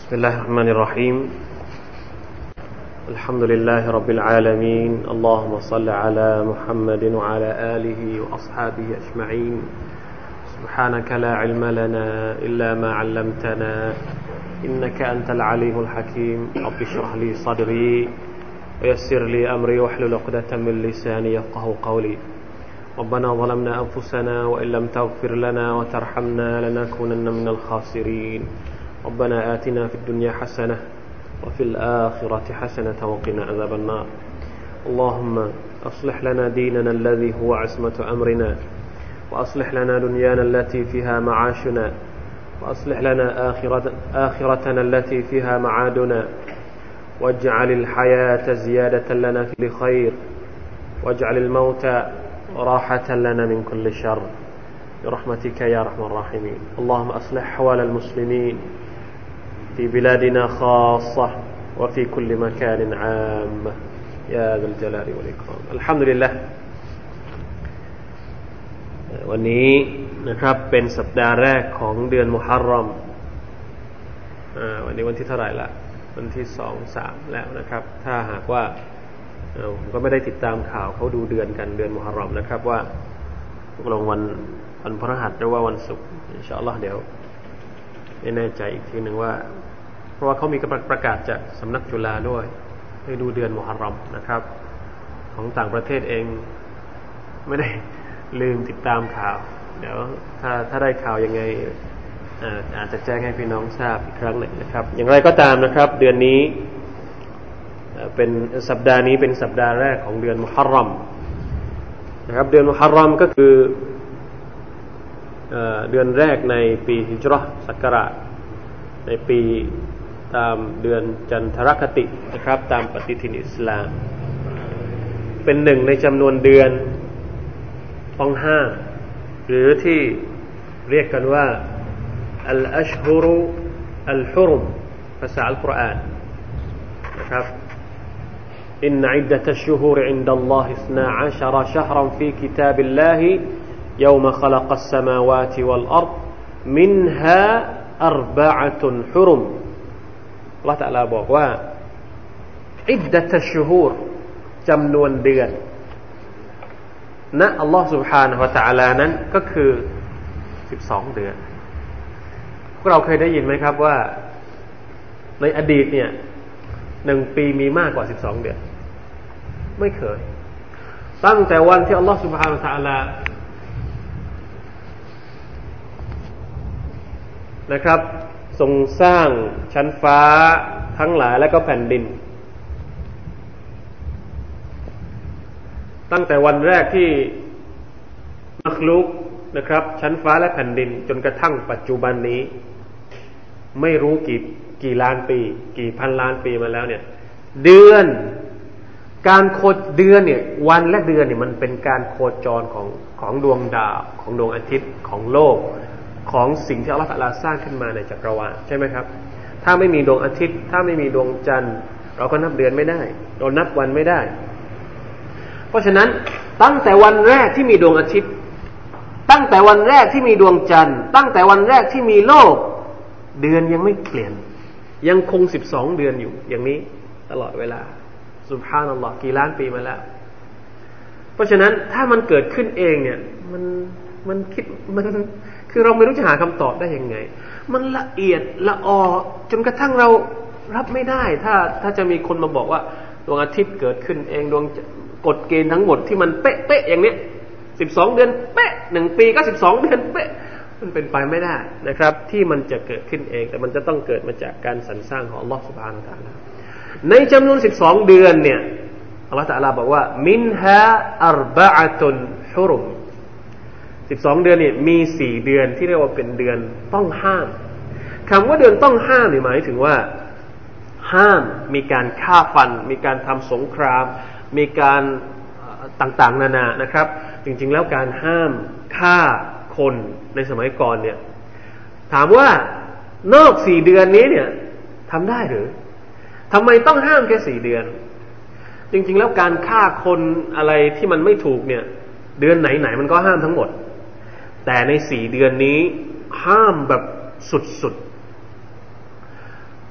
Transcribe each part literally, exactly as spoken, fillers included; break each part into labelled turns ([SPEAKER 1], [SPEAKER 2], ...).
[SPEAKER 1] بسم الله الرحمن الرحيم الحمد لله رب العالمين اللهم صل على محمد وعلى آله وأصحابه أجمعين سبحانك لا علم لنا إلا ما علمتنا إنك أنت العليم الحكيم رب اشرح لي صدري ويسر لي أمري واحلل عقدة من لساني يفقهوا قولي ربنا ظلمنا أنفسنا وإن لم تغفر لنا وترحمنا لنكونن من الخاسرين ربنا آتنا في الدنيا حسنة وفي الآخرة حسنة وقنا عذاب النار اللهم أصلح لنا ديننا الذي هو عصمة أمرنا وأصلح لنا دنيانا التي فيها معاشنا وأصلح لنا آخرة آخرتنا التي فيها معادنا واجعل الحياة زيادة لنا في خير واجعل الموت راحة لنا من كل شر برحمتك يا أرحم الراحمين اللهم أصلح أحوال المسلمين في بلادنا خاصة وفي كل مكان عامة يا ذا الجلال والإكرام الحمد لله วันนี้นะครับเป็นสัปดาห์แรกของเดือนมุฮัรรอมอ่าวันนี้วันที่เท่าไหร่ละวันที่สอง สามแล้วนะครับถ้าหากว่าผมก็ไม่ได้ติดตามข่าวเขาดูเดือนกันเดือนมุฮัรรอมนะครับว่าตกลงวันวันพฤหัสหรือว่าวันศุกร์อินชาอัลลอฮ์เดี๋ยวไม่แน่ใจอีกทีนึงว่าเพราะว่าเขามีประกาศจากสำนักจุฬาด้วยให้ดูเดือนมุฮัรรอมนะครับของต่างประเทศเองไม่ได้ลืมติดตามข่าวเดี๋ยวถ้าถ้าได้ข่าวยังไงอาจจะแจ้งให้พี่น้องทราบอีกครั้งหนึ่งนะครับอย่างไรก็ตามนะครับเดือนนี้เป็นสัปดาห์นี้เป็นสัปดาห์แรกของเดือนมุฮัรรอมนะครับเดือนมุฮัรรอมก็คือเดือนแรกในปีฮิจเราะห์ศักราชในปีตามเดือนจันทรคตินะครับตามปฏิทินอิสลามเป็นหนึ่งในจำนวนเดือนต้องห้ามหรือที่เรียกกันว่าอัลอัชฮุรุอัลฮุรุมภาษาอัลกุรอานนะครับอินนะอิดดะตัชชุฮูรอินดัลลอฮิอิสนาอัชรชะฮรันฟีกิตาบิลลาฮิยอมะขะลักัสสมาวาติวัลอัรฎมินฮาอัรบะอะตุนฮุรุมอัลเลาะห์ตะอาลาบอกว่าอิดดะตัชชุฮูรจำนวนเดือนนะอัลลอฮฺ سبحانه และ تعالى นั้นก็คือสิบสองเดือนพวกเราเคยได้ยินไหมครับว่าในอดีตเนี่ยหนึ่งปีมีมากกว่าสิบสองเดือนไม่เคยตั้งแต่วันที่อัลลอฮฺ سبحانه และ تعالى นะครับทรงสร้างชั้นฟ้าทั้งหลายและก็แผ่นดินตั้งแต่วันแรกที่มัคลุกนะครับชั้นฟ้าและแผ่นดินจนกระทั่งปัจจุบันนี้ไม่รู้กี่กี่ล้านปีกี่พันล้านปีมาแล้วเนี่ยเดือนการโคจรเดือนเนี่ยวันและเดือนเนี่ยมันเป็นการโคจรของของดวงดาวของดวงอาทิตย์ของโลกของสิ่งที่อัลเลาะห์ตะอาลาสร้างขึ้นมาในจักรวาลใช่ไหมครับถ้าไม่มีดวงอาทิตย์ถ้าไม่มีดวงจันทร์เราก็นับเดือนไม่ได้เรานับวันไม่ได้เพราะฉะนั้นตั้งแต่วันแรกที่มีดวงอาทิตย์ตั้งแต่วันแรกที่มีดวงจันทร์ตั้งแต่วันแรกที่มีโลกเดือนยังไม่เปลี่ยนยังคงสิบสองเดือนอยู่อย่างนี้ตลอดเวลาซุบฮานัลลอฮ์กี่ล้านปีมาแล้วเพราะฉะนั้นถ้ามันเกิดขึ้นเองเนี่ยมันมันคิดมันคือเราไม่รู้จะหาคำตอบได้ยังไงมันละเอียดละออจนกระทั่งเรารับไม่ได้ถ้าถ้าจะมีคนมาบอกว่าดวงอาทิตย์เกิดขึ้นเองดวงกฎเกณฑ์ทั้งหมดที่มันเป๊ะๆอย่างนี้สิบสองเดือนเป๊ะหนึ่งปีก็สิบสองเดือนเป๊ะมันเป็นไปไม่ได้นะครับที่มันจะเกิดขึ้นเองแต่มันจะต้องเกิดมาจากการสรรสร้างของอัลเลาะห์ซุบฮานะฮูวะตะอาลาในจำนวนสิบสองเดือนเนี่ยอัลเลาะห์ตะอาลาบอกว่ามินฮาอัรบะอะตุนฮุรุมสิบสองเดือนเนี่ยมีสี่เดือนที่เรียกว่าเป็นเดือนต้องห้ามคำว่าเดือนต้องห้ามหมายถึงว่าห้ามมีการฆ่าฟันมีการทำสงครามมีการต่างๆนานานะครับจริงๆแล้วการห้ามฆ่าคนในสมัยก่อนเนี่ยถามว่านอกสี่เดือนนี้เนี่ยทำได้หรือทำไมต้องห้ามแค่สี่เดือนจริงๆแล้วการฆ่าคนอะไรที่มันไม่ถูกเนี่ยเดือนไหนๆมันก็ห้ามทั้งหมดแต่ในสี่เดือนนี้ห้ามแบบสุดๆ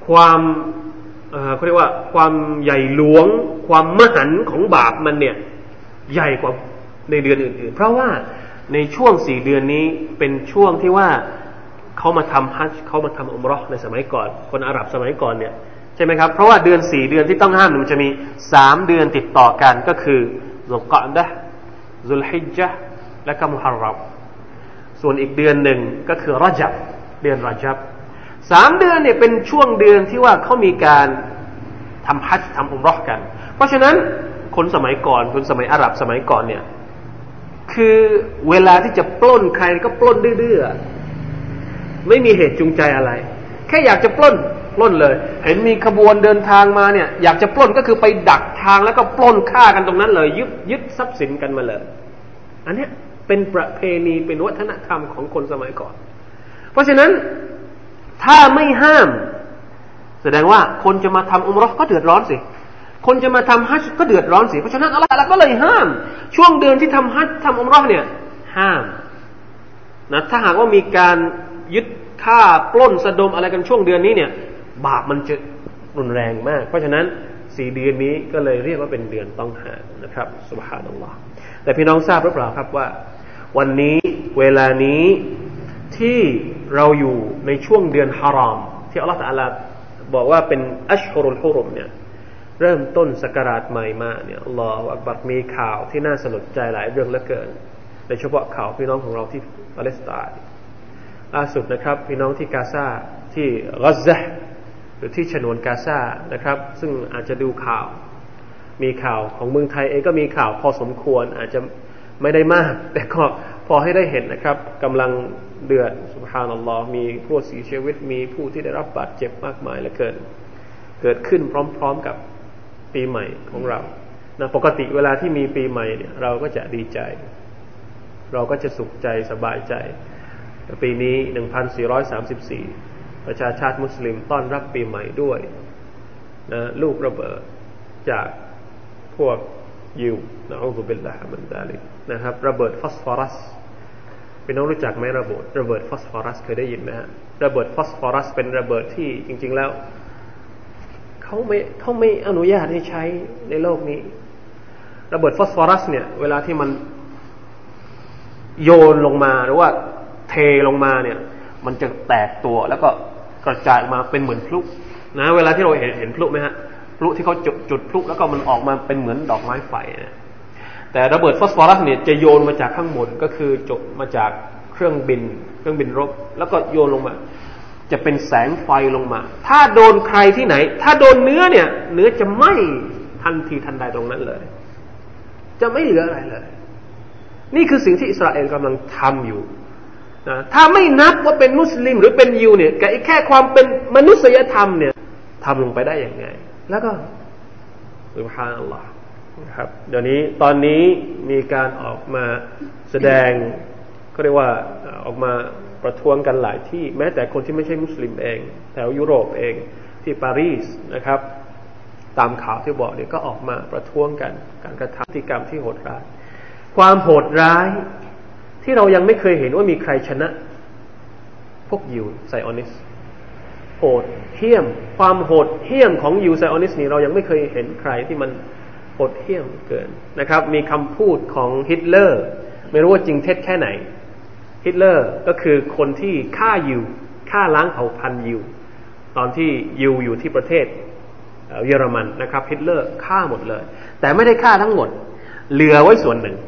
[SPEAKER 1] ความเอ่อเขาเรียกว่าความใหญ่หลวงความมหันต์ของบาปมันเนี่ยใหญ่กว่าในเดือนอื่นๆเพราะว่าในช่วงสี่เดือนนี้เป็นช่วงที่ว่าเขามาทำฮัจญ์เขามาทำอุมเราะห์ในสมัยก่อนคนอาหรับสมัยก่อนเนี่ยใช่ไหมครับเพราะว่าเดือนสี่เดือนที่ต้องห้ามมันจะมีสามเดือนติดต่อกันก็คือซุลกออดะห์ซุลฮิจญะห์และก็มุฮัรรอมส่วนอีกเดือนหนึ่งก็คือรอญับเดือนรอญับสามเดือนเนี่ยเป็นช่วงเดือนที่ว่าเขามีการทำฮัจญ์ทำอุมเราะห์กันเพราะฉะนั้นคนสมัยก่อนคนสมัยอาหรับสมัยก่อนเนี่ยคือเวลาที่จะปล้นใครก็ปล้นดื้อๆไม่มีเหตุจูงใจอะไรแค่อยากจะปล้นปล้นเลยเห็นมีขบวนเดินทางมาเนี่ยอยากจะปล้นก็คือไปดักทางแล้วก็ปล้นฆ่ากันตรงนั้นเลยยึดยึดทรัพย์สินกันมาเลยอันนี้เป็นประเพณีเป็นวัฒนธรรมของคนสมัยก่อนเพราะฉะนั้นถ้าไม่ห้ามแสดงว่าคนจะมาทำอุมเราะห์ก็เดือดร้อนสิคนจะมาทำฮัจญ์ก็เดือดร้อนสิเพราะฉะนั้นอัลเลาะห์ก็เลยห้ามช่วงเดือนที่ทำฮัจญ์ทำอุมเราะห์เนี่ยห้ามนะถ้าหากว่ามีการยึดฆ่าปล้นสะดมอะไรกันช่วงเดือนนี้เนี่ยบาปมันจะรุนแรงมากเพราะฉะนั้นสี่เดือนนี้ก็เลยเรียกว่าเป็นเดือนต้องห้ามนะครับซุบฮานัลลอฮ์แต่พี่น้องทราบหรือเปล่าครับว่าวันนี้เวลานี้ที่เราอยู่ในช่วงเดือนฮารอมที่อัลเลาะห์ตะอาลาบอกว่าเป็นอัชฮุรุลฮุรุมเนี่ยเริ่มต้นศักราชใหม่มาเนี่ยอัลลอฮฺอักบัรมีข่าวที่น่าสลดใจหลายเรื่องเหลือเกินโดยเฉพาะข่าวพี่น้องของเราที่ปาเลสไตน์ล่าสุดนะครับพี่น้องที่กาซาที่กัซซะห์หรือที่ฉนวนกาซานะครับซึ่งอาจจะดูข่าวมีข่าวของเมืองไทยเองก็มีข่าวพอสมควรอาจจะไม่ได้มากแต่ก็พอให้ได้เห็นนะครับกำลังเดือดซุบฮานัลลอฮ์มีผู้เสียชีวิตมีผู้ที่ได้รับบาดเจ็บมากมายเหลือเกินเกิดขึ้นพร้อมๆกับปีใหม่ของเรานะปกติเวลาที่มีปีใหม่เนี่ยเราก็จะดีใจเราก็จะสุขใจสบายใจปีนี้หนึ่งพันสี่ร้อยสามสิบสี่ประชาชาติมุสลิมต้อนรับปีใหม่ด้วยนะลูกระเบิดจากพวกยิวนะอูซุบิลลาฮิมินซาลิกนะครับระเบิดฟอสฟอรัสพี่น้องรู้จักไหมระเบิดระเบิดฟอสฟอรัสเคยได้ยินไหมฮะระเบิดฟอสฟอรัสเป็นระเบิดที่จริงๆแล้วเขาไม่เขาไม่อนุญาตให้ใช้ในโลกนี้ระเบิดฟอสฟอรัสเนี่ยเวลาที่มันโยนลงมาหรือว่าเทลงมาเนี่ยมันจะแตกตัวแล้วก็กระจายออกมาเป็นเหมือนพลุนะเวลาที่เราเห็นเห็นพลุไหมฮะพลุที่เขาจุดจุดพลุแล้วก็มันออกมาเป็นเหมือนดอกไม้ไฟนะแต่ระเบิดฟอสฟอรัสเนี่ยจะโยนมาจากข้างบนก็คือจบมาจากเครื่องบินเครื่องบินรบแล้วก็โยนลงมาจะเป็นแสงไฟลงมาถ้าโดนใครที่ไหนถ้าโดนเนื้อเนี่ยเนื้อจะไหม้ทันทีทันใดตรงนั้นเลยจะไม่เหลืออะไรเลยนี่คือสิ่งที่อิสราเอลกำลังทำอยู่นะถ้าไม่นับว่าเป็นมุสลิมหรือเป็นยิวเนี่ยแค่ความเป็นมนุษยธรรมเนี่ยทำลงไปได้อย่างไงแล้วก็ซุบฮานัลลอฮ์นะครับเดี๋ยวนี้ตอนนี้มีการออกมาแสดงเขาเรียกว่าออกมาประท้วงกันหลายที่แม้แต่คนที่ไม่ใช่มุสลิมเองแถวยุโรปเองที่ปารีสนะครับตามข่าวที่บอกเนี่ยก็ออกมาประท้วงกันการกระทำพฤติกรรมที่โหดร้ายความโหดร้ายที่เรายังไม่เคยเห็นว่ามีใครชนะพวกยิวไซออนิสโหดเหี้ยมความโหดเหี้ยมของยิวไซออนิสนี่เรายังไม่เคยเห็นใครที่มันโหดเหี้ยมเกินนะครับมีคำพูดของฮิตเลอร์ไม่รู้ว่าจริงเท็จแค่ไหนฮิตเลอร์ก็คือคนที่ฆ่ายิวฆ่าล้างเผ่าพันธุ์ยิวตอนที่ยิวอยู่ที่ประเทศเยอรมันนะครับฮิตเลอร์ฆ่าหมดเลยแต่ไม่ได้ฆ่าทั้งหมดเหลือไว้ส่วนหนึ่ง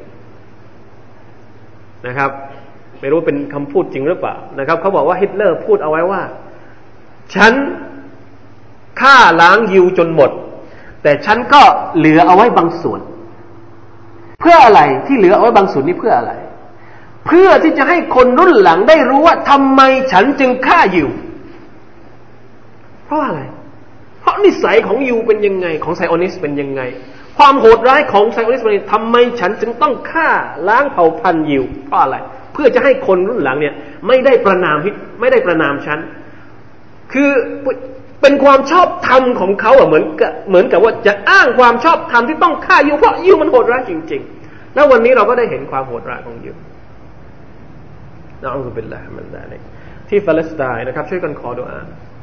[SPEAKER 1] นะครับไม่รู้เป็นคำพูดจริงหรือเปล่านะครับเขาบอกว่าฮิตเลอร์พูดเอาไว้ว่าฉันฆ่าล้างยิวจนหมดแต่ฉันก็เหลือเอาไว้บางส่วนเพื่ออะไรที่เหลือเอาไว้บางส่วนนี้เพื่ออะไรเพื่อที่จะให้คนรุ่นหลังได้รู้ว่าทำไมฉันจึงฆ่ายิวเพราะอะไรเพราะนิสัยของยิวเป็นยังไงของไซออนิสต์เป็นยังไงความโหดร้ายของไซออนิสต์เป็นทำไมฉันจึงต้องฆ่าล้างเผ่าพันธุ์ยิวเพราะอะไรเพื่อจะให้คนรุ่นหลังเนี่ยไม่ได้ประนามไม่ได้ประนามฉันคือเป็นความชอบธรรมของเขาอ่ะเหมือนกับเหมือนกับว่าจะอ้างความชอบธรรมที่ต้องฆ่ายิวเพราะยิวมันโหดร้ายจริงๆแล้ววันนี้เราก็ได้เห็นความโหดร้ายของยิวนะอูซุบิลลาฮิมินซาลิกที่ปาเลสไตน์นะครับช่วยกันขอดุอา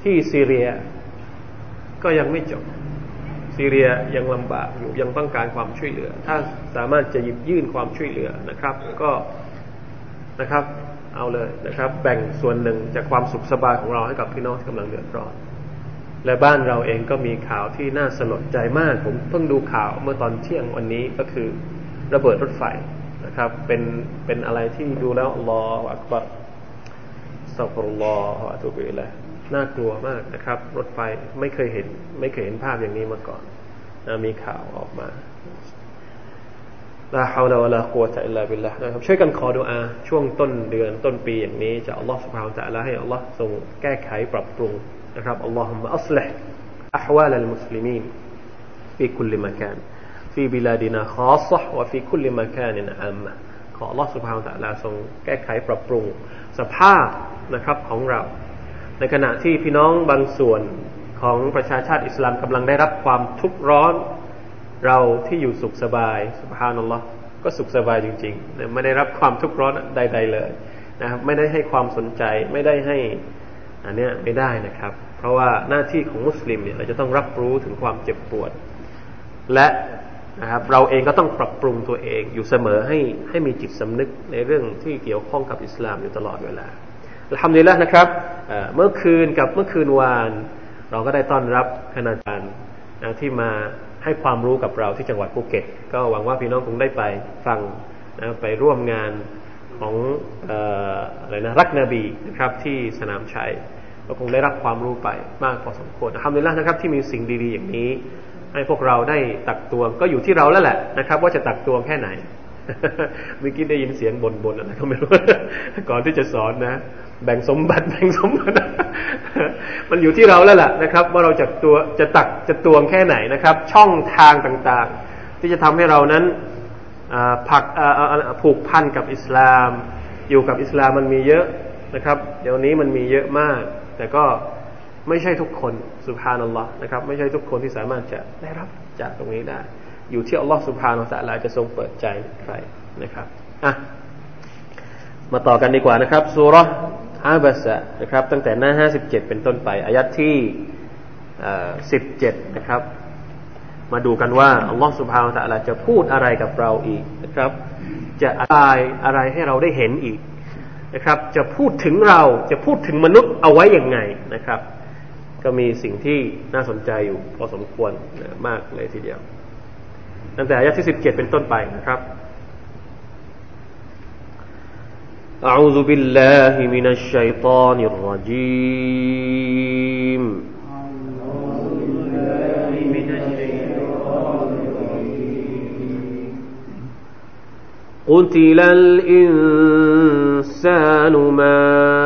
[SPEAKER 1] ที่ซีเรียก็ยังไม่จบซีเรียยังลำบากอยู่ยังต้องการความช่วยเหลือถ้าสามารถจะหยิบยื่นความช่วยเหลือนะครับก็นะครับเอาเลยนะครับแบ่งส่วนหนึ่งจากความสุขสบายของเราให้กับพี่น้องที่กำลังเดือดร้อนและบ้านเราเองก็มีข่าวที่น่าสลดใจมากผมเพิ่งดูข่าวเมื่อตอนเที่ยงวันนี้ก็คือระเบิดรถไฟนะครับเป็นเป็นอะไรที่ดูแล้วอัลลอฮฺอักบัรอัสตัฆฟิรุลลอฮฺวะอะตูบิอิลัยฮ์น่ากลัวมากนะครับรถไฟไม่เคยเห็นไม่เคยเห็นภาพอย่างนี้มาก่อนนะมีข่าวออกมาลาฮาวลาวะลากุวะตะอิลลาบิลลาฮ์นะครับช่วยกันขอดุอาช่วงต้นเดือนต้นปีอย่างนี้จากอัลลอฮฺซุบฮานะฮูวะตะอาลาให้อัลลอฮฺทรงแก้ไขปรับปรุงนะครับอัลลอฮุมมะอัศลิฮ์อะฮวาลัลมุสลิมีนฟีคุลมะกานฟีบิลาดินาคอศะฮ์วะฟีคุลมะกานอามะขออัลลอฮฺซุบฮานะฮูวะตะอาลาทรงแก้ไขปรับปรุงสภาพนะครับของเราในขณะที่พี่น้องบางส่วนของประชาชาติอิสลามกำลังได้รับความทุกข์ร้อนเราที่อยู่สุขสบายซุบฮานัลลอฮ์ก็สุขสบายจริงๆไม่ได้รับความทุกข์ร้อนใดๆเลยนะครับไม่ได้ให้ความสนใจไม่ได้ให้อันเนี้ยไม่ได้นะครับเพราะว่าหน้าที่ของมุสลิมเนี่ยเราจะต้องรับรู้ถึงความเจ็บปวดและนะครับเราเองก็ต้องปรับปรุงตัวเองอยู่เสมอให้ให้มีจิตสำนึกในเรื่องที่เกี่ยวข้องกับอิสลามอยู่ตลอดเวลาอัลฮัมดุลิลละห์นะครับเมื่อคืนกับเมื่อคืนวานเราก็ได้ต้อนรับคณาจารย์นะที่มาให้ความรู้กับเราที่จังหวัดภูเก็ตก็หวังว่าพี่น้องคงได้ไปฟังนะไปร่วมงานของเอ่ออะไรนะรักนบีนะครับที่สนามชัยก็คงได้รับความรู้ไปมากพอสมควรอัลฮัมดุลิลละห์นะครับที่มีสิ่งดีๆอย่างนี้ให้พวกเราได้ตักตวงก็อยู่ที่เราแล้วแหละนะครับว่าจะตักตวงแค่ไหน เมื่อกี้ได้ยินเสียงบ่นๆอะไรก็ไม่รู้ ก่อนที่จะสอนนะแบ่งสมบัติแบ่งสมบัติ มันอยู่ที่เราแล้วล่ะนะครับว่าเราจะตัวจะตักจะตวงแค่ไหนนะครับช่องทางต่างๆที่จะทำให้เรานั้นผักผูกพันกับอิสลามอยู่กับอิสลามมันมีเยอะนะครับเดี๋ยวนี้มันมีเยอะมากแต่ก็ไม่ใช่ทุกคนซุบฮานัลลอฮ์นะครับไม่ใช่ทุกคนที่สามารถจะได้รับจากตรงนี้ได้อยู่ที่อัลลอฮ์ซุบฮานะฮูวะตะอาลาจะทรงเปิดใจใครนะครับอ่ะมาต่อกันดีกว่านะครับซูเราะห์อาบะสะนะครับตั้งแต่หน้าห้าสิบเจ็ดเป็นต้นไปอายัดที่สิบเจ็ดนะครับมาดูกันว่าอัลลอฮ์ซุบฮานะฮูวะตะอาลาจะพูดอะไรกับเราอีกนะครับจะอธิบายอะไรให้เราได้เห็นอีกนะครับจะพูดถึงเราจะพูดถึงมนุษย์เอาไว้อย่างไงนะครับก็มีสิ่งที่น่าสนใจอยู่พอสมควรมากเลยทีเดียวตั้งแต่อายะห์ที่สิบเจ็ดเป็นต้นไปนะครับอะอูซุบิลลาฮิมินัชชัยฏอนิรเราะญีมقتل الإنسان ما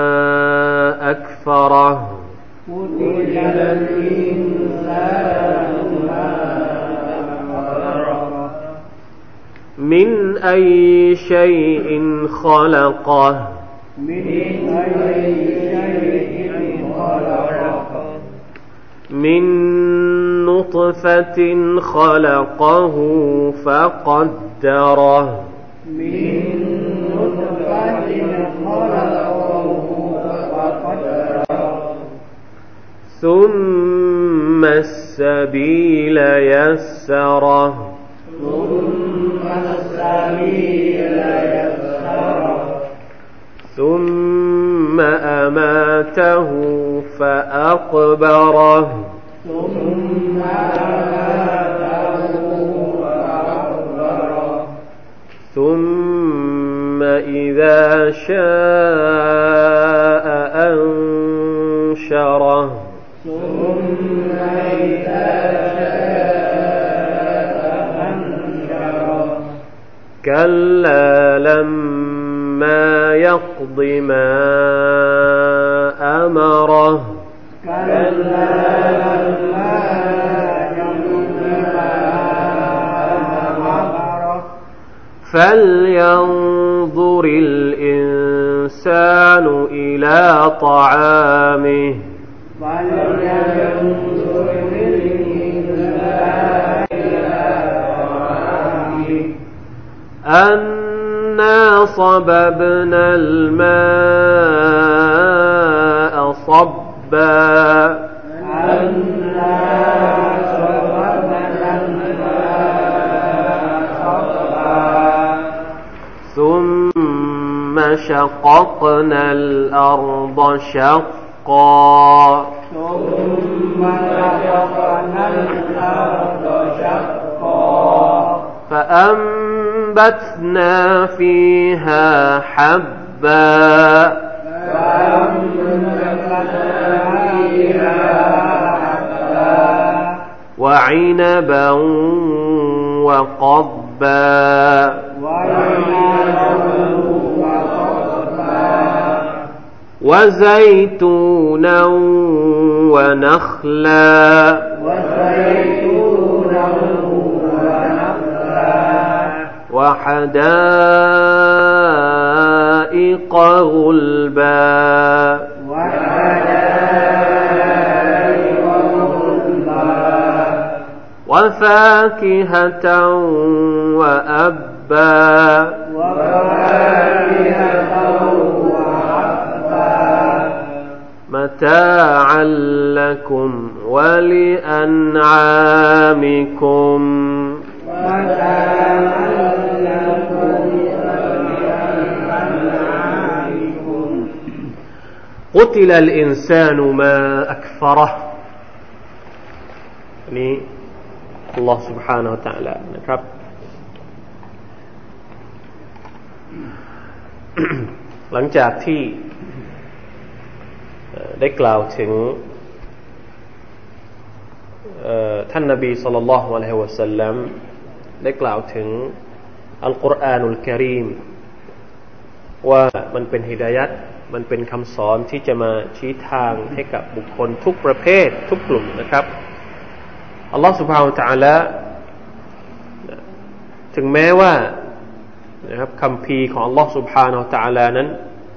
[SPEAKER 1] أكفره قتل الإنسان ما أكفره من أي شيء خلقه من أي شيء خلقه من نطفة خلقه فقدره من نطفة خلقه فقدره ثم السبيل يسره ثم السبيل يسره ثم أماته فأقبره ثم أماته فأقبره ثم إذا شاء أنشره ثم إذا شاء أنشره كلا لما يقض ما أمره كلا لما يقض ما أمره فلينظر الإنسان إلى طعامه فلينظر الإنسان إلى طعامه أنا صببنا الماء صبا شققنا الأرض شقا
[SPEAKER 2] ثم شققنا الأرض شقا
[SPEAKER 1] فأنبتنا فيها حبا وعنبا وقضبا وزيتونا ونخلا وحدائق غلبا وفاكهة وأبا متاعا لكم ولأنعامكم قتل الإنسان ما أكفرهนี่อัลลอฮฺ سبحانه และ تعالى นะครับ หลังจากที่ได้กล่าวถึงท่านนบีศ็อลลัลลอฮุอะลัยฮิวะซัลลัมได้กล่าวถึงอัลกุรอานุลกะรีมว่ามันเป็นฮิดายัตมันเป็นคำสอนที่จะมาชี้ทางให้กับบุคคลทุกประเภททุกกลุ่มนะครับอัลลอฮฺ سبحانه และ تعالى ถึงแม้ว่านะครับคำพีของอัลลอฮฺ سبحانه และ تعالى นั้น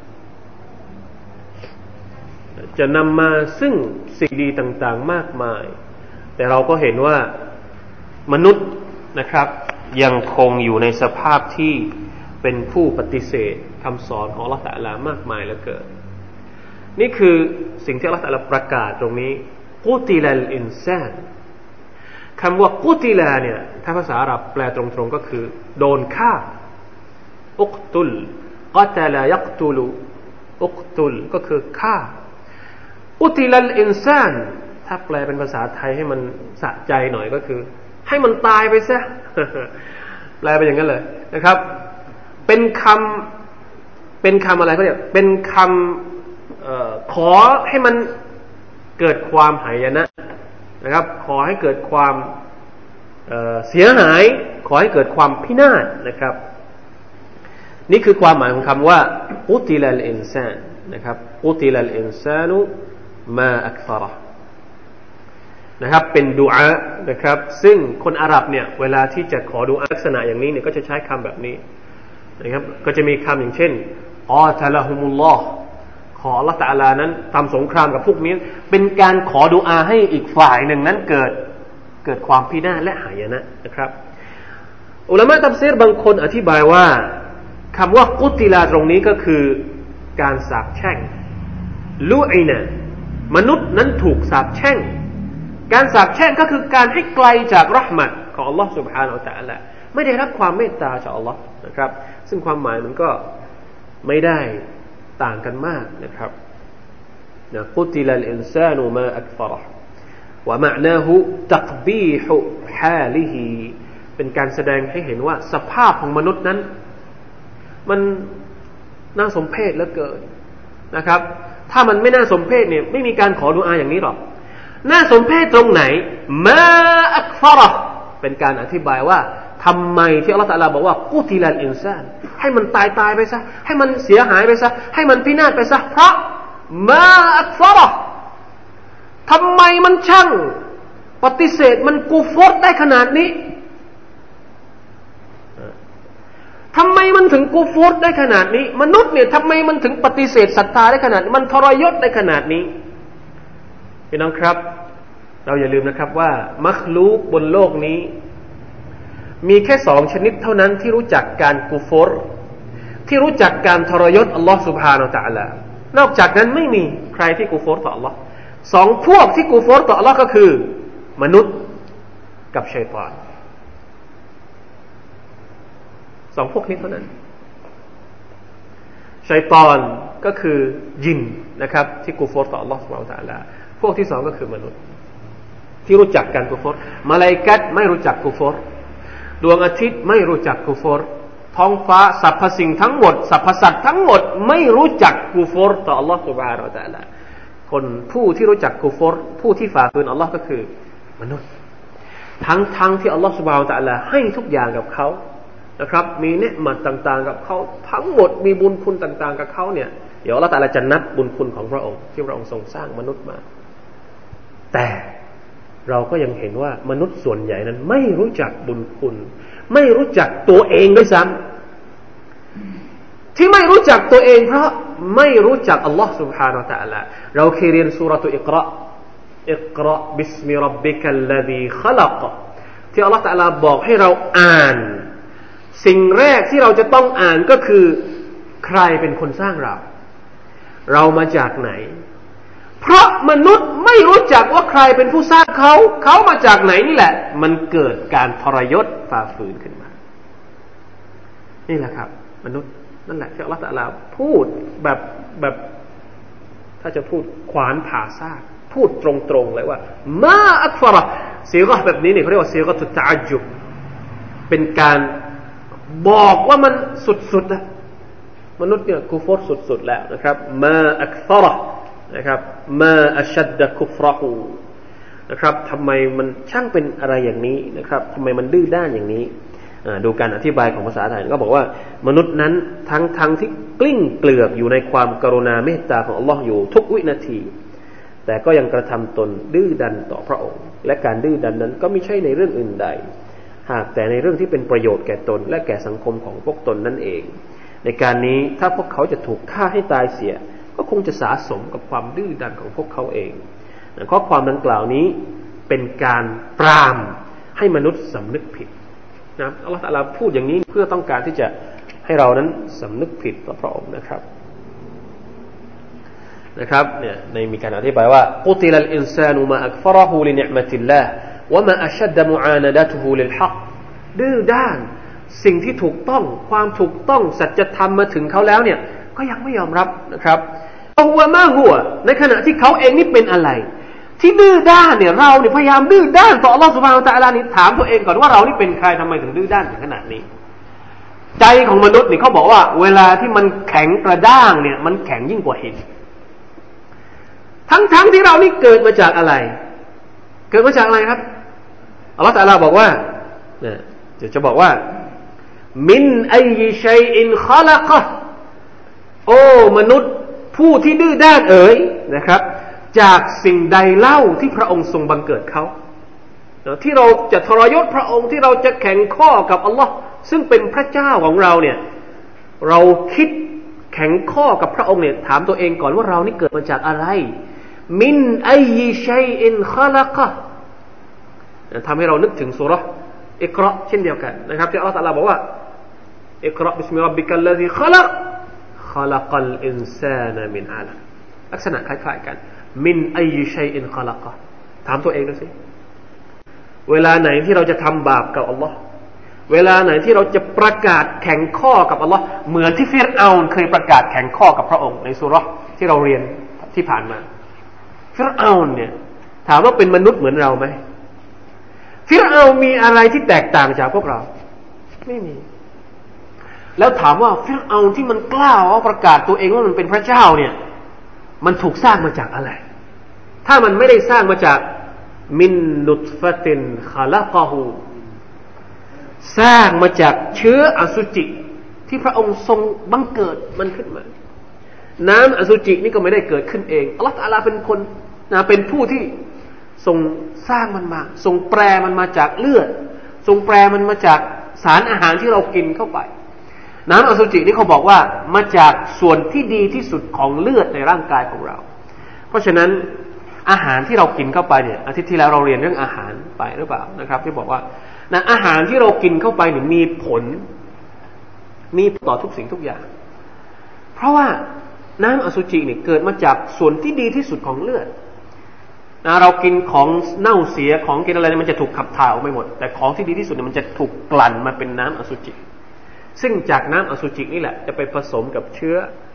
[SPEAKER 1] จะนำมาซึ่งสิ่งดีต่างๆมากมายแต่เราก็เห็นว่ามนุษย์นะครับยังคงอยู่ในสภาพที่เป็นผู้ปฏิเสธคำสอนของอัลเลาะห์ตะอาลามากมายเหลือเกินนี่คือสิ่งที่อัลเลาะห์ตะอาลาประกาศตรงนี้กุติลัลอินซานคำว่ากุติลาเนี่ยถ้าภาษาอาหรับแปลตรงๆก็คือโดนฆ่าอุกตุลกอตลายักตุลอุกตุลก็คือฆ่ากุติลัลอินซานถ้าแปลเป็นภาษาไทยให้มันสะใจหน่อยก็คือให้มันตายไปซะ แปลไปอย่างนั้นเลยนะครับเป็นคำเป็นคำอะไรก็เรียกเป็นคำเอ่อขอให้มันเกิดความหายนะนะครับขอให้เกิดความเอ่อเสียหายขอให้เกิดความพินาศนะครับนี่คือความหมายของคำว่ากุติลัลอินซานนะครับกุติลัลอินซานุมาอักฟะเราะห์นะครับเป็นดุอานะครับซึ่งคนอาหรับเนี่ยเวลาที่จะขอดุอาลักษณะอย่างนี้เนี่ยก็จะใช้คำแบบนี้นะครับก็จะมีคำอย่างเช่นกอตะละฮุมุลลอฮ์ขออัลเลาะห์ตะอาลานั้นทำสงครามกับพวกนี้เป็นการขอดุอาให้อีกฝ่ายหนึ่งนั้นเกิดเกิดความพินาศและหายนะนะครับอุลามะตัฟซีรบางคนอธิบายว่าคำว่ากุติลาตรงนี้ก็คือการสาปแช่งลุอินะมนุษย์นั้นถูกสาปแช่งการสาปแช่งก็คือการให้ไกลจากเราะห์มัตของอัลลอฮฺ سبحانه และ تعالى ไม่ได้รับความเมตตาจากอัลลอฮฺนะครับซึ่งความหมายมันก็ไม่ได้ต่างกันมากนะครับนะกุติลัลอินซานุมาอักฟะเราะห์วะมะอ์นาฮุตักบีฮุฮาลิฮิเป็นการแสดงให้เห็นว่าสภาพของมนุษย์นั้นมันน่าสมเพชเหลือเกินนะครับถ้ามันไม่น่าสมเพชเนี่ยไม่มีการขอดุอาอย่างนี้หรอกน่าสมเพชตรงไหนมาอักฟะเราะห์เป็นการอธิบายว่าทำไมที่อัลเลาะห์ตะอาลาบอกว่ากุติลัลอินซานให้มันตายตายไปซะให้มันเสียหายไปซะให้มันพินาศไปซะเพราะมาอักฟะเราะห์ทำไมมันช่างปฏิเสธมันกุฟรได้ขนาดนี้ทำไมมันถึงกุฟรได้ขนาดนี้มนุษย์เนี่ยทำไมมันถึงปฏิเสธศรัทธาได้ขนาดนี้มันทรยศได้ขนาดนี้พี่น้องครับเราอย่าลืมนะครับว่ามัคลูกบนโลกนี้มีแค่สองชนิดเท่านั้นที่รู้จักการกุฟรที่รู้จักการทรยศอัลลอฮฺ سبحانه และ تعالى นอกจากนั้นไม่มีใครที่กุฟรต่ออัลลอฮฺสองพวกที่กุฟรต่ออัลลอฮฺก็คือมนุษย์กับชัยฏอนสองพวกนี้เท่านั้นชัยฏอนก็คือยินนะครับที่กุฟรต่ออัลเลาะห์ซุบฮานะฮูวะตะอาลาพวกที่สองก็คือมนุษย์ที่รู้จักกันกุฟรมลาอิกะฮ์ไม่รู้จักกุฟรดวงอาทิตย์ไม่รู้จักกุฟรท้องฟ้าสรรพสิ่งทั้งหมดสรรพสัตว์ทั้งหมดไม่รู้จักกุฟรต่ออัลเลาะห์ซุบฮานะฮูวะตะอาลาคนผู้ที่รู้จักกุฟรผู้ที่ฝ่าฝืนอัลเลาะห์ก็คือมนุษย์ทั้งทั้งที่อัลเลาะห์ซุบฮานะฮูวะตะอาลาให้ทุกอย่างกับเขานะครับมีเนืมัดต่างๆกับเขาทั้งหมดมีบุญคุณต่างๆกับเขาเนี่ยเดี๋ยวอัลเลาะห์ตะอาลาจะนับบุญคุณของพระองค์ที่พระองค์ทรงสร้างมนุษย์มาแต่เราก็ยังเห็นว่ามนุษย์ส่วนใหญ่นั้นไม่รู้จักบุญคุณไม่รู้จักตัวเองด้วยซ้ำที่ไม่รู้จักตัวเองเพราะไม่รู้จักอัลลอฮ์ سبحانه และ تعالى เราเคยเรียนซูเราะตุอิกเราะห์อิกเราะห์บิสมิร็อบบิกัลลซีคอลักที่อัลลอฮ์ تعالى บอกให้เราอ่านสิ่งแรกที่เราจะต้องอ่านก็คือใครเป็นคนสร้างเราเรามาจากไหนเพราะมนุษย์ไม่รู้จักว่าใครเป็นผู้สร้างเขาเขามาจากไหนนี่แหละมันเกิดการทรยศฝ่าฝืนขึ้นมานี่แหละครับมนุษย์นั่นแหละที่อัลเลาะห์ตะอาลาพูดแบบแบบถ้าจะพูดขวานผ่าซากพูดตรงๆเลยว่ามาอักฟะเราะห์ซีฆะห์แบบนี้เนี่ยเขาเรียกว่าซีฆะตุตตะอัจจุบเป็นการบอกว่ามันสุดๆนะมนุษย์เนี่ยกุฟรสุดๆแล้วนะครับมาอักฟะเราะห์นะครับมาอัชดดะกุฟเราะฮูนะครับทำไมมันช่างเป็นอะไรอย่างนี้นะครับทำไมมันดื้อด้านอย่างนี้ดูการอธิบายของภาษาไทยก็บอกว่ามนุษย์นั้นทั้งทั้งที่กลิ้งเกลือกอยู่ในความกรุณาเมตตาของอัลลอฮ์อยู่ทุกวินาทีแต่ก็ยังกระทำตนดื้อดันต่อพระองค์และการดื้อดันนั้นก็ไม่ใช่ในเรื่องอื่นใดหากแต่ในเรื่องที่เป็นประโยชน์แก่ตนและแก่สังคมของพวกตนนั่นเองในการนี้ถ้าพวกเขาจะถูกฆ่าให้ตายเสียก็คงจะสะสมกับความดื้อดันของพวกเขาเองข้อความดังกล่าวนี้เป็นการปรามให้มนุษย์สำนึกผิดนะอัลลอฮฺตะอาลาพูดอย่างนี้เพื่อต้องการที่จะให้เรานั้นสำนึกผิดต่อพระองค์นะครับนะครับเนี่ยในมีการอธิบายว่ากุติลัลอินซานุมาอักฟะเราะฮูลินิอ์มะติลลาฮ์วะมาอัชัดดะมุอานะดะตุฮูลิลฮักดื้อด้านสิ่งที่ถูกต้องความถูกต้องสัจธรรมมาถึงเขาแล้วเนี่ยก็ยังไม่ยอมรับนะครับหัวมาหัวในขณะที่เขาเองนี่เป็นอะไรที่ดื้อด้านเนี่ยเราเนี่ยพยายามดื้อด้านต่ออัลเลาะห์ซุบฮานะฮูวะตะอาลานี่ถามตัวเองก่อนว่าเรานี่เป็นใครทำไมถึงดื้อด้านถึงขนาดนี้ใจของมนุษย์นี่เขาบอกว่าเวลาที่มันแข็งกระด้างเนี่ยมันแข็งยิ่งกว่าหินทั้งๆ ท, ที่เรานี่เกิดมาจากอะไรเกิดมาจากอะไรครับอัลเลาะห์ตะอาลาบอกว่าเนี่ยจะจะบอกว่ามินอัยชัยอินคอลักะโอ้มนุษย์ผู้ที่ดื้อด้านเอ๋ยนะครับจากสิ่งใดเล่าที่พระองค์ทรงบังเกิดเขาที่เราจะทรยศพระองค์ที่เราจะแข่งข้อกับอัลลอฮ์ซึ่งเป็นพระเจ้าของเราเนี่ยเราคิดแข่งข้อกับพระองค์เนี่ยถามตัวเองก่อนว่าเรานี่เกิดมาจากอะไรมินอัยชัยอินคอลักะทำให้เรานึกถึงซูเราะห์อิกเราะห์เช่นเดียวกันนะครับที่อัลเลาะห์ตะอาลาบอกว่าอิกเราะห์บิสมิร็อบบิกัลลซีคอลักคอลักัลอินซานะมินอะลักลักษณะคล้ายๆกันมินอัยชัยอินคอลักะถามตัวเองดูสิเวลาไหนที่เราจะทำบาปกับอัลลอฮ์เวลาไหนที่เราจะประกาศแข่งข้อกับอัลลอฮ์เหมือนที่ฟิรเอาน์เคยประกาศแข่งข้อกับพระองค์ในซูเราะห์ที่เราเรียนที่ผ่านมาฟิรเอาน์เนี่ยถามว่าเป็นมนุษย์เหมือนเราไหมฟิรเอาน์มีอะไรที่แตกต่างจากพวกเราไม่มีแล้วถามว่าฟิรเอาน์ที่มันกล้าว่าประกาศตัวเองว่ามันเป็นพระเจ้าเนี่ยมันถูกสร้างมาจากอะไรถ้ามันไม่ได้สร้างมาจากมินนุตฟะตินคอลักะฮูสร้างมาจากเชื้ออสุจิที่พระองค์ทรงบังเกิดมันขึ้นมาน้ำอสุจินี่ก็ไม่ได้เกิดขึ้นเองอัลเลาะห์ตะอาลาเป็นคนนะเป็นผู้ที่ทรงสร้างมันมาทรงแปรมันมาจากเลือดทรงแปรมันมาจากสารอาหารที่เรากินเข้าไปน้ำอสุจินี่เขาบอกว่ามาจากส่วนที่ดีที่สุดของเลือดในร่างกายของเราเพราะฉะนั้นอาหารที่เรากินเข้าไปเนี่ยอาทิตย์ที่แล้วเราเรียนเรื่องอาหารไปหรือเปล่านะครับที่บอกว่านะอาหารที่เรากินเข้าไปเนี่ยมีผลมีต่อทุกสิ่งทุกอย่างเพราะว่าน้ำอสุจิเนี่ยเกิดมาจากส่วนที่ดีที่สุดของเลือดนะเรากินของเน่าเสียของกินอะไรมันจะถูกขับถ่ายออกไปหมดแต่ของที่ดีที่สุดเนี่ยมันจะถูกกลั่นมาเป็นน้ำอสุจิซึ่งจากน้ำอสุจินี่แหละจะไปผสมกับเชื้อ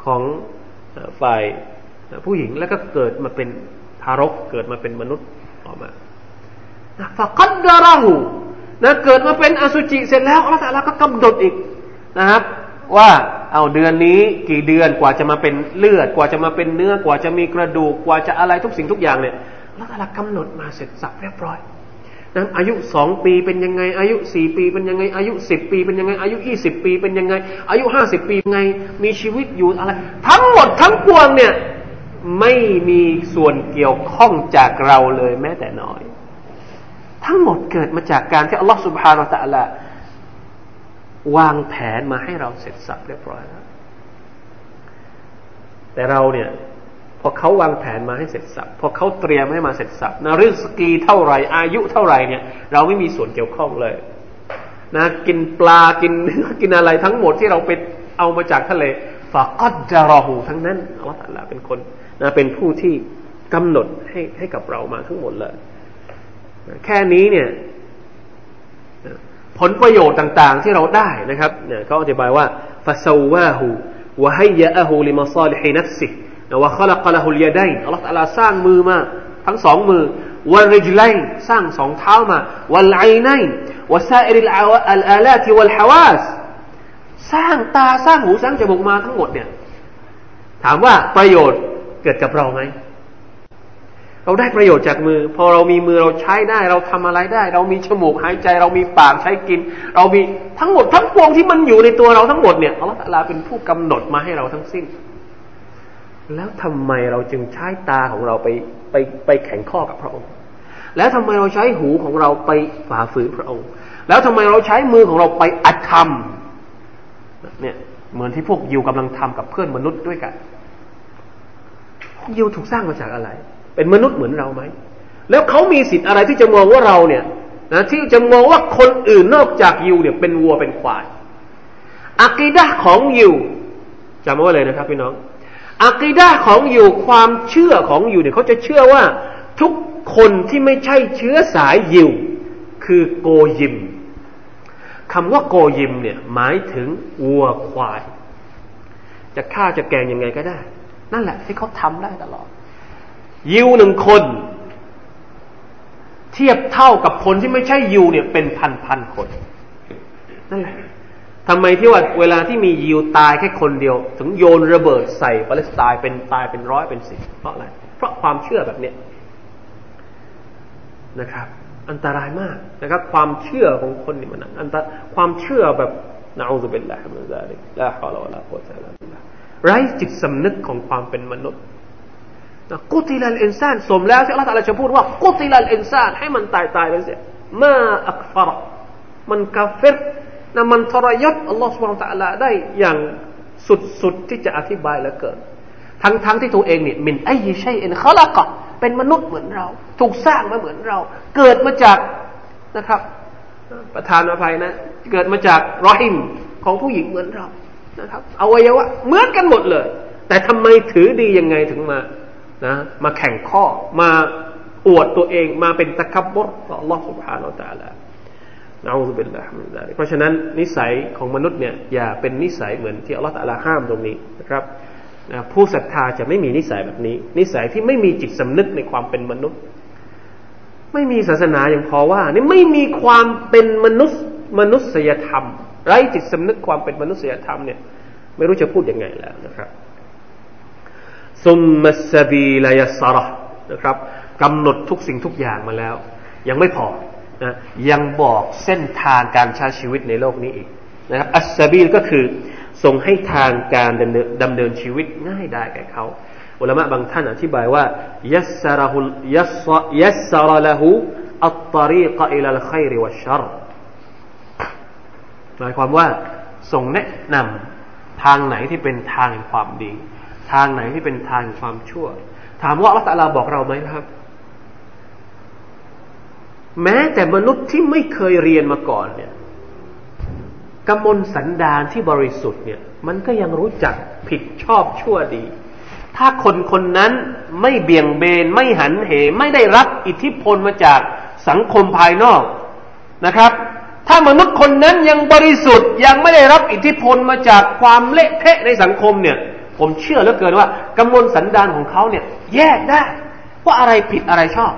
[SPEAKER 1] ของฝ่ายผู้หญิงแล้วก็เกิดมาเป็นทารกเกิดมาเป็นมนุษย์ออกมาฟะกัดดะเราะฮูนะเกิดมาเป็นอสุจิเสร็จแล้วอัลเลาะห์ตะอาลาก็กำหนดอีกนะครับว่าเอาเดือนนี้กี่เดือนกว่าจะมาเป็นเลือดกว่าจะมาเป็นเนื้อกว่าจะมีกระดูกกว่าจะอะไรทุกสิ่งทุกอย่างเนี่ยอัลเลาะห์ตะอาลากำหนดมาเสร็จสับเรียบร้อยนะอายุสองปีเป็นยังไงอายุสี่ปีเป็นยังไงอายุสิบปีเป็นยังไงอายุยี่สิบปีเป็นยังไงอายุห้าสิบปีเป็นยังไงมีชีวิตอยู่อะไรทั้งหมดทั้งปวงเนี่ยไม่มีส่วนเกี่ยวข้องจากเราเลยแม้แต่น้อยทั้งหมดเกิดมาจากการที่อัลลอฮฺ سبحانه และ تعالى วางแผนมาให้เราเสร็จสับเรียบร้อยแล้วแต่เราเนี่ยพอเขาวางแผนมาให้เสร็จสับพอเขาเตรียมให้มาเสร็จสับนะริสกีเท่าไหร่อายุเท่าไหร่เนี่ยเราไม่มีส่วนเกี่ยวข้องเลยนะกินปลากินกินอะไรทั้งหมดที่เราไปเอามาจากทะเลฟะกัดดะเราะฮูทั้งนั้นอัลเลาะห์ตะอาลาเป็นคนนะเป็นผู้ที่กำหนดให้ให้กับเรามาทั้งหมดเลยแค่นี้เนี่ยผลประโยชน์ต่างๆที่เราได้นะครับเนี่ยเขาอธิบายว่าฟะซาวาฮูวะฮัยยะอะฮูลิมะศอลิฮินัฟซิฮิวะคอลักะละฮุลยะดัยน์อัลเลาะห์ตะอาลาสร้างมือมาทั้งสองมือวะริจลัยน์สร้างสองเท้ามาวัลอัยนัยน์วะซาอิริลอัลอาลาติวัลฮาวาสสร้างตาสร้างหูสร้างจมูกมาทั้งหมดเนี่ยถามว่าประโยชน์เกิดกับเราไหมเราได้ประโยชน์จากมือพอเรามีมือเราใช้ได้เราทำอะไรได้เรามีจมูกหายใจเรามีปากใช้กินเรามีทั้งหมดทั้งปวงที่มันอยู่ในตัวเราทั้งหมดเนี่ยอัลเลาะห์ตะอาลาเป็นผู้กำหนดมาให้เราทั้งสิ้นแล้วทำไมเราจึงใช้ตาของเราไปไปไปแข่งข้อกับพระองค์แล้วทำไมเราใช้หูของเราไปฝ่าฝืนพระองค์แล้วทำไมเราใช้มือของเราไปอธรรมเนี่ยเหมือนที่พวกยิวกำลังทำกับเพื่อนมนุษย์ด้วยกันพวกยิวถูกสร้างมาจากอะไรเป็นมนุษย์เหมือนเราไหมแล้วเขามีสิทธิ์อะไรที่จะมองว่าเราเนี่ยนะที่จะมองว่าคนอื่นนอกจากยิวเนี่ยเป็นวัวเป็นควายอะกีดะห์ของยิวจำไว้เลยนะครับพี่น้องอะกีดะห์ของยิวความเชื่อของยิวเนี่ยเขาจะเชื่อว่าทุกคนที่ไม่ใช่เชื้อสายยิวคือโกยิมคำว่าโกยิมเนี่ยหมายถึงวัวควายจะฆ่าจะแกงยังไงก็ได้นั่นแหละที่เขาทำได้ตลอดยิวหนึ่งคนเทียบเท่ากับคนที่ไม่ใช่ยิวเนี่ยเป็นพันๆคนนั่นแหละทำไมที่ว่าเวลาที่มียิวตายแค่คนเดียวถึงโยนระเบิดใส่ปาเลสไตน์เป็นตายเป็นร้อยเป็นสิบเพราะอะไรเพราะความเชื่อแบบเนี้ยนะครับอันตรายมากนะครับความเชื่อของคนนี่มันอันตรายความเชื่อแบบนะอูซุบิลลาฮิมินซาลิกลาฮาวละวะลากุวะตะอิลลาบิลลาฮไร้จิตสำนึกของความเป็นมนุษย์กุติลัลอินซานสมแล้วที่อัลเลาะห์ตะอาลาจะพูดว่ากุติลัลอินซานให้มันตายตายไปเสียมาอักฟรมันกาเฟรนะมันทรยศอัลเลาะห์ซุบฮานะฮูวะตะอาลาได้อย่างสุดๆที่จะอธิบายแล้วเกินทั้งๆที่ตัวเองเนี่ยมินอัยชัยอินคอลักะเป็นมนุษย์เหมือนเราถูกสร้างมาเหมือนเราเกิดมาจากนะครับประธานอภัยนะเกิดมาจากรอฮิมของผู้หญิงเหมือนเรานะครับอวัยวะเหมือนกันหมดเลยแต่ทำไมถือดียังไงถึงมานะมาแข่งข้อมาอวดตัวเองมาเป็นตะคับบุรต่อ Allah سبحانه และ تعالى นะอูซุบิลลาฮิมินซาลิกเพราะฉะนั้นนิสัยของมนุษย์เนี่ยอย่าเป็นนิสัยเหมือนที่ Allah تعالى ห้ามตรงนี้นะครับนะผู้ศรัทธาจะไม่มีนิสัยแบบนี้นิสัยที่ไม่มีจิตสำนึกในความเป็นมนุษย์ไม่มีศาสนาอย่างพอว่านี่ไม่มีความเป็นมนุษย์มนุษยธรรมไร้จิตสำนึกความเป็นมนุษยธรรมเนี่ยไม่รู้จะพูดยังไงแล้วนะครับซุมมัสซะบีลยัสซะเราะห์นะครับกำหนดทุกสิ่งทุกอย่างมาแล้วยังไม่พอนะยังบอกเส้นทางการใช้ชีวิตในโลกนี้อีกนะครับอัสซะบีลก็คือทรงให้ทางการดำเนินดำเนินชีวิตง่ายได้แก่เขาอุลามะบางท่านอธิบายว่ายัสซะเราะฮุยัสยัสซะเราะละฮูอัตฏอรีกะอิลัลค็อยรวัชชัรหมายความว่าทรงแนะนำทางไหนที่เป็นทางแห่งความดีทางไหนที่เป็นทางความชั่วถามว่าอัลเลาะห์ตะอาลาบอกเราไหมครับแม้แต่มนุษย์ที่ไม่เคยเรียนมาก่อนเนี่ยกมลสันดานที่บริสุทธิ์เนี่ยมันก็ยังรู้จักผิดชอบชั่วดีถ้าคนคนนั้นไม่เบี่ยงเบนไม่หันเหไม่ได้รับอิทธิพลมาจากสังคมภายนอกนะครับถ้ามนุษย์คนนั้นยังบริสุทธิ์ยังไม่ได้รับอิทธิพลมาจากความเละเทะในสังคมเนี่ยผมเชื่อเหลือเกินว่ากำมลสันดานของเขาเนี่ยแยกได้ว่าอะไรผิดอะไรชอบ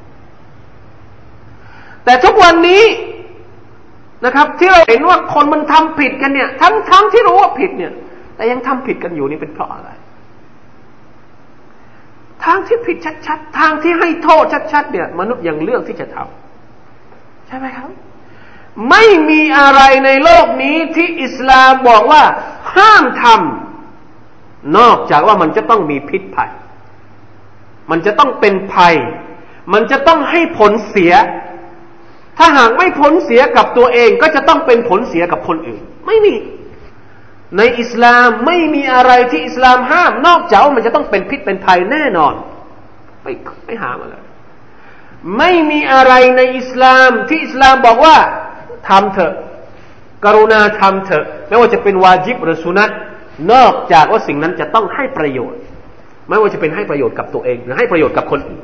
[SPEAKER 1] แต่ทุกวันนี้นะครับที่เราเห็นว่าคนมันทำผิดกันเนี่ยทั้งทั้งที่รู้ว่าผิดเนี่ยแต่ยังทำผิดกันอยู่นี่เป็นเพราะอะไรทางที่ผิดชัดๆทางที่ให้โทษชัดๆเนี่ยมนุษย์ยังเลือกที่จะทำใช่ไหมครับไม่มีอะไรในโลกนี้ที่อิสลามบอกว่าห้ามทำนอกจากว่ามันจะต้องมีพิษภัยมันจะต้องเป็นภัยมันจะต้องให้ผลเสียถ้าหากไม่ผลเสียกับตัวเองก็จะต้องเป็นผลเสียกับคนอื่นไม่มีในอิสลามไม่มีอะไรที่อิสลามห้ามนอกจากว่ามันจะต้องเป็นพิษเป็นภัยแน่นอนไม่ไม่หามาเลยไม่มีอะไรในอิสลามที่อิสลามบอกว่าทำเถอะกรุณาทำเถอะไม่ว่าจะเป็นวาญิบหรือสุนัตนอกจากว่าสิ่งนั้นจะต้องให้ประโยชน์ไม่ว่าจะเป็นให้ประโยชน์กับตัวเองหรือให้ประโยชน์กับคนอื่น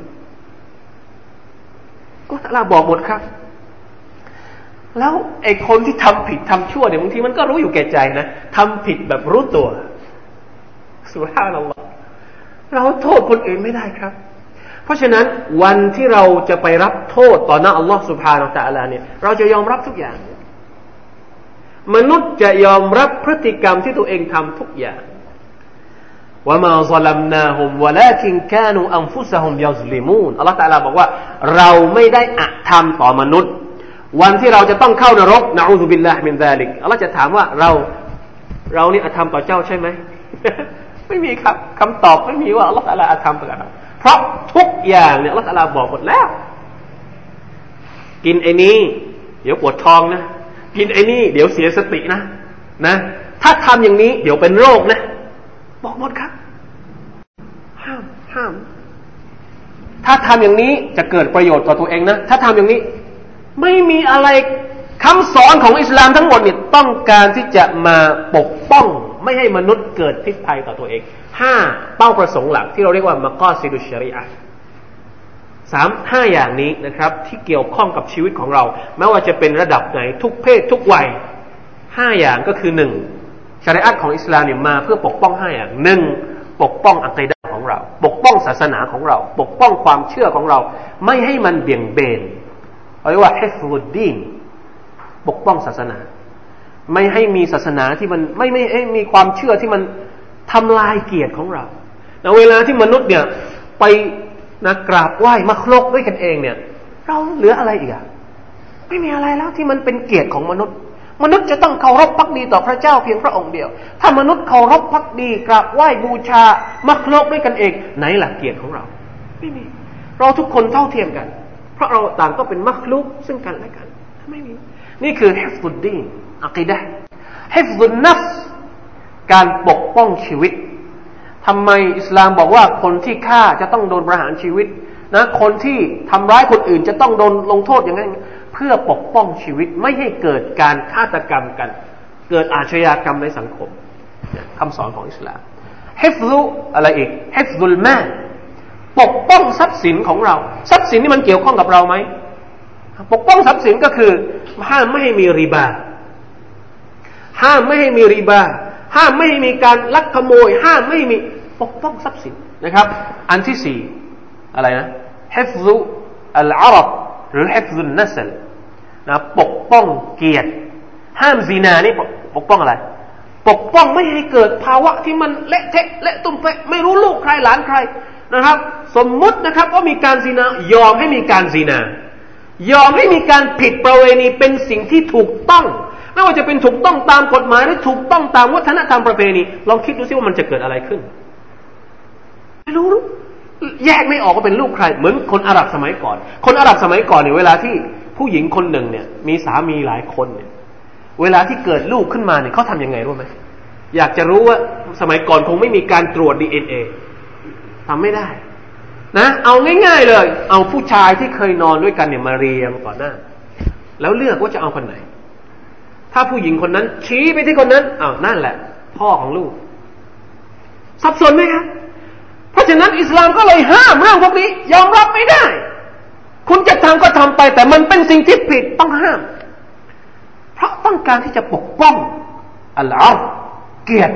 [SPEAKER 1] ก็อัลเลาะห์บอกหมดครับแล้วไอ้คนที่ทำผิดทำชั่วเนี่ยบางทีมันก็รู้อยู่แก่ใจนะทำผิดแบบรู้ตัวซุบฮานัลลอฮ์เราโทษคนอื่นไม่ได้ครับเพราะฉะนั้นวันที่เราจะไปรับโทษต่อหน้าอัลลอฮ์ซุบฮานะฮูวะตะอาลาเนี่ยเราจะยอมรับทุกอย่างมนุษย์จะยอมรับพฤติกรรมที่ตัวเองทำทุกอย่างวะมาซะลัมนาฮุมวะลากินกานูอันฟุซะฮุมยัซลิมูนอัลลอฮ์ตะอาลาบอกว่าเราไม่ได้อธรรมต่อมนุษย์วันที่เราจะต้องเข้านรกนะอูซุบิลลาฮิมินซาลิกอัลลอฮ์จะถามว่าเราเรานี่อธรรมต่อเจ้าใช่ไหม ไม่มีครับคำตอบไม่มีว่าอัลลอฮ์ตะอาลาอธรรมต่อเราเพราะทุกอย่างเนี่ยอัลลอฮ์ตะอาลาบอกหมดแล้วกินไอ้นี้เดี๋ยวปวดท้องนะกินไอ้นี่เดี๋ยวเสียสตินะนะถ้าทำอย่างนี้เดี๋ยวเป็นโรคนะบอกหมดครับห้ามห้ามถ้าทำอย่างนี้จะเกิดประโยชน์ต่อตัวเองนะถ้าทำอย่างนี้ไม่มีอะไรคำสอนของอิสลามทั้งหมดเนี่ยต้องการที่จะมาปกป้องไม่ให้มนุษย์เกิดพิษภัยต่อตัวเองห้าเป้าประสงค์หลักที่เราเรียกว่ามะกอซิดุชชะรีอะห์สามห้าอย่างนี้นะครับที่เกี่ยวข้องกับชีวิตของเราไม่ว่าจะเป็นระดับไหนทุกเพศทุกวัยห้าอย่างก็คือหนึ่งชะรีอะห์ของอิสลามเนี่ยมาเพื่อปกป้องห้าอย่างหนึ่งปกป้องอะกีดะห์ของเราปกป้องศาสนาของเราปกป้องความเชื่อของเราไม่ให้มันเบี่ยงเบนเรียกว่าฮิฟซุดดีนปกป้องศาสนาไม่ให้มีศาสนาที่มันไม่ไม่ให้มีความเชื่อที่มันทำลายเกียรติของเราในเวลาที่มนุษย์เนี่ยไปนะกราบไหว้มักลุกด้วยกันเองเนี่ยเราเหลืออะไรอีกอ่ะไม่มีอะไรแล้วที่มันเป็นเกียรติของมนุษย์มนุษย์จะต้องเคารพภักดีต่อพระเจ้าเพียงพระองค์เดียวถ้ามนุษย์เคารพภักดีกราบไหว้บูชามักลุกด้วยกันเองไหนล่ะเกียรติของเราไม่มีเราทุกคนเท่าเทียมกันเพราะเราต่างก็เป็นมักลุกซึ่งกันและกันไม่มีนี่คือฮิฟซุดดีนอะกีดะห์ฮิฟซุนนัฟส์การปกป้องชีวิตทำไมอิสลามบอกว่าคนที่ฆ่าจะต้องโดนประหารชีวิตนะคนที่ทำร้ายคนอื่นจะต้องโดนลงโทษอย่างนั้นเพื่อปกป้องชีวิตไม่ให้เกิดการฆาตกรรมกันเกิดอาชญากรรมในสังคมคำสอนของอิสลามฮิฟซุอะไรอีกฮิฟซุลมาลปกป้องทรัพย์สินของเราทรัพย์สินนี่มันเกี่ยวข้องกับเราไหมปกป้องทรัพย์สินก็คือห้ามไม่ให้มีริบาห้ามไม่ให้มีริบาห้ามไม่ให้มีการลักขโมยห้ามไม่ให้มีปกป้องทรัพย์สินนะครับอันที่สี่อะไรนะฮิฟซุอัลอารับหรือฮิฟซุนนัสลนะปกป้องเกียรติห้ามซินานี่ปกป้องอะไรปกป้องไม่ให้เกิดภาวะที่มันเละเทะเละตุ้มเป๊ะไม่รู้ลูกใครหลานใครนะครับสมมุตินะครับว่ามีการซินายอมให้มีการซินายอมให้มีการผิดประเวณีเป็นสิ่งที่ถูกต้องไม่ว่าจะเป็นถูกต้องตามกฎหมายหรือถูกต้องตามวัฒนธรรมประเพณีลองคิดดูซิว่ามันจะเกิดอะไรขึ้นไม่รู้แยกไม่ออกว่าเป็นลูกใครเหมือนคนอาหรับสมัยก่อนคนอาหรับสมัยก่อนเนี่ยเวลาที่ผู้หญิงคนหนึ่งเนี่ยมีสามีหลายคนเนี่ยเวลาที่เกิดลูกขึ้นมาเนี่ยเขาทำยังไงรู้ไหมอยากจะรู้ว่าสมัยก่อนคงไม่มีการตรวจ ดี เอ็น เอ ทำไม่ได้นะเอาง่ายๆเลยเอาผู้ชายที่เคยนอนด้วยกันเนี่ยมาเรียงต่อหน้าแล้วเลือกว่าจะเอาคนไหนถ้าผู้หญิงคนนั้นชี้ไปที่คนนั้นอ้าวนั่นแหละพ่อของลูกสับสนไหมครับเพราะฉะนั้นอิสลามก็เลยห้ามเรื่องพวกนี้ยอมรับไม่ได้คุณจะทำก็ทำไปแต่มันเป็นสิ่งที่ผิดต้องห้ามเพราะต้องการที่จะปกป้องอัลลอฮ์เกียรติป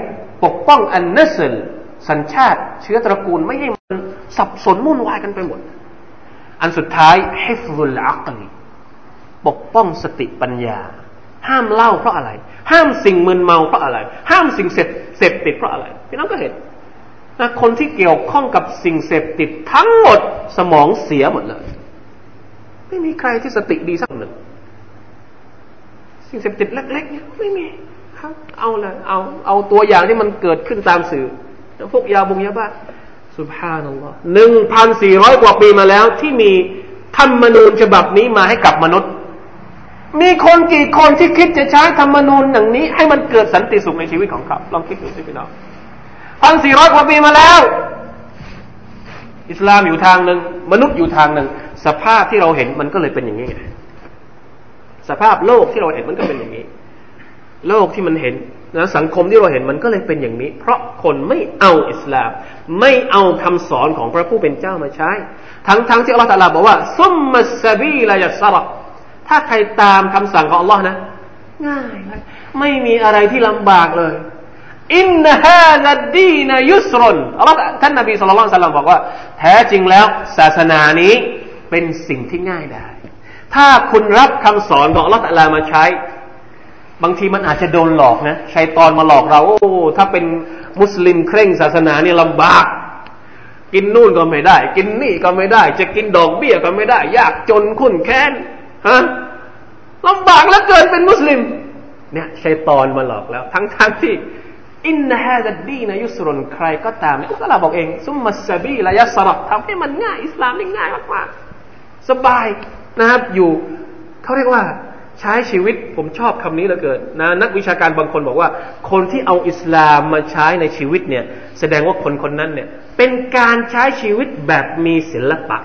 [SPEAKER 1] ปกป้องอันนัสลสัญชาติเชื้อตระกูลไม่ให้มันสับสนวุ่นวายกันไปหมดอันสุดท้ายฮิฟซุลอักลปกป้องสติปัญญาห้ามเหล้าเพราะอะไรห้ามสิ่งมึนเมาเพราะอะไรห้ามสิ่งเสพเสพติดเพราะอะไรพี่น้องก็เห็นนะคนที่เกี่ยวข้องกับสิ่งเสพติดทั้งหมดสมองเสียหมดเลยไม่มีใครที่สติดีสักหนึ่งสิ่งเสพติดเล็กๆเนี่ยไม่มีครับเอาเลยเอาเอาตัวอย่างที่มันเกิดขึ้นตามสื่อพวกยาบงยาบ้าซุบฮานัลลอฮ์ หนึ่งพันสี่ร้อย กว่าปีมาแล้วที่มีธรรมนูญฉบับนี้มาให้กับมนุษย์มีคนกี่คนที่คิดจะใช้ธรรมนูญอย่างนี้ให้มันเกิดสันติสุขในชีวิตของเขาลองคิดดูสิพี่น้อง หนึ่งพันสี่ร้อย กว่าปีมาแล้วอิสลามอยู่ทางนึงมนุษย์อยู่ทางนึงสภาพที่เราเห็นมันก็เลยเป็นอย่างนี้สภาพโลกที่เราเห็นมันก็เป็นอย่างนี้โลกที่มันเห็นนะสังคมที่เราเห็นมันก็เลยเป็นอย่างนี้เพราะคนไม่เอาอิสลามไม่เอาคำสอนของพระผู้เป็นเจ้ามาใช้ทั้งๆ ท, ที่อัลลอฮฺตะอาลาบอกว่าซุมมัสซะบีลยัสซะรอถ้าใครตามคำสั่งของอัลลอฮฺนะง่ายเลยไม่มีอะไรที่ลำบากเลยอินนะฮาซัดดีนยุสรุนอัลลอฮฺท่านนบีศ็อลลัลลอฮุอะลัยฮิวะซัลลัมบอกว่าแท้จริงแล้วศาสนานี้เป็นสิ่งที่ง่ายได้ถ้าคุณรับคำสอนของอัลลอฮฺตะอาลามาใช้บางทีมันอาจจะโดนหลอกนะชัยฏอนมาหลอกเราโอ้ถ้าเป็นมุสลิมเคร่งศาสนานี่ลำบากกินนู่นก็ไม่ได้กินนี่ก็ไม่ได้จะกินดอกเบี้ยก็ไม่ได้ยากจนขุ่นแค้นฮะลำบากเหลือเกินเป็นมุสลิมเนี่ยชัยฏอนมาหลอกแล้วทั้งๆ ท, ที่อินนะฮาซัดดีนยุสรุนใครก็ตามเนี่ยอัลลอฮฺบอกเองซุมมัสซะบีลยัสรอทำให้มันง่ายอิสลามนี่ง่ายมากๆสบายนะครับอยู่เขาเรียกว่าใช้ชีวิตผมชอบคำนี้เหลือเกินนะนักวิชาการบางคนบอกว่าคนที่เอาอิสลามมาใช้ในชีวิตเนี่ยแสดงว่าคนคนนั้นเนี่ยเป็นการใช้ชีวิตแบบมีศิลปะ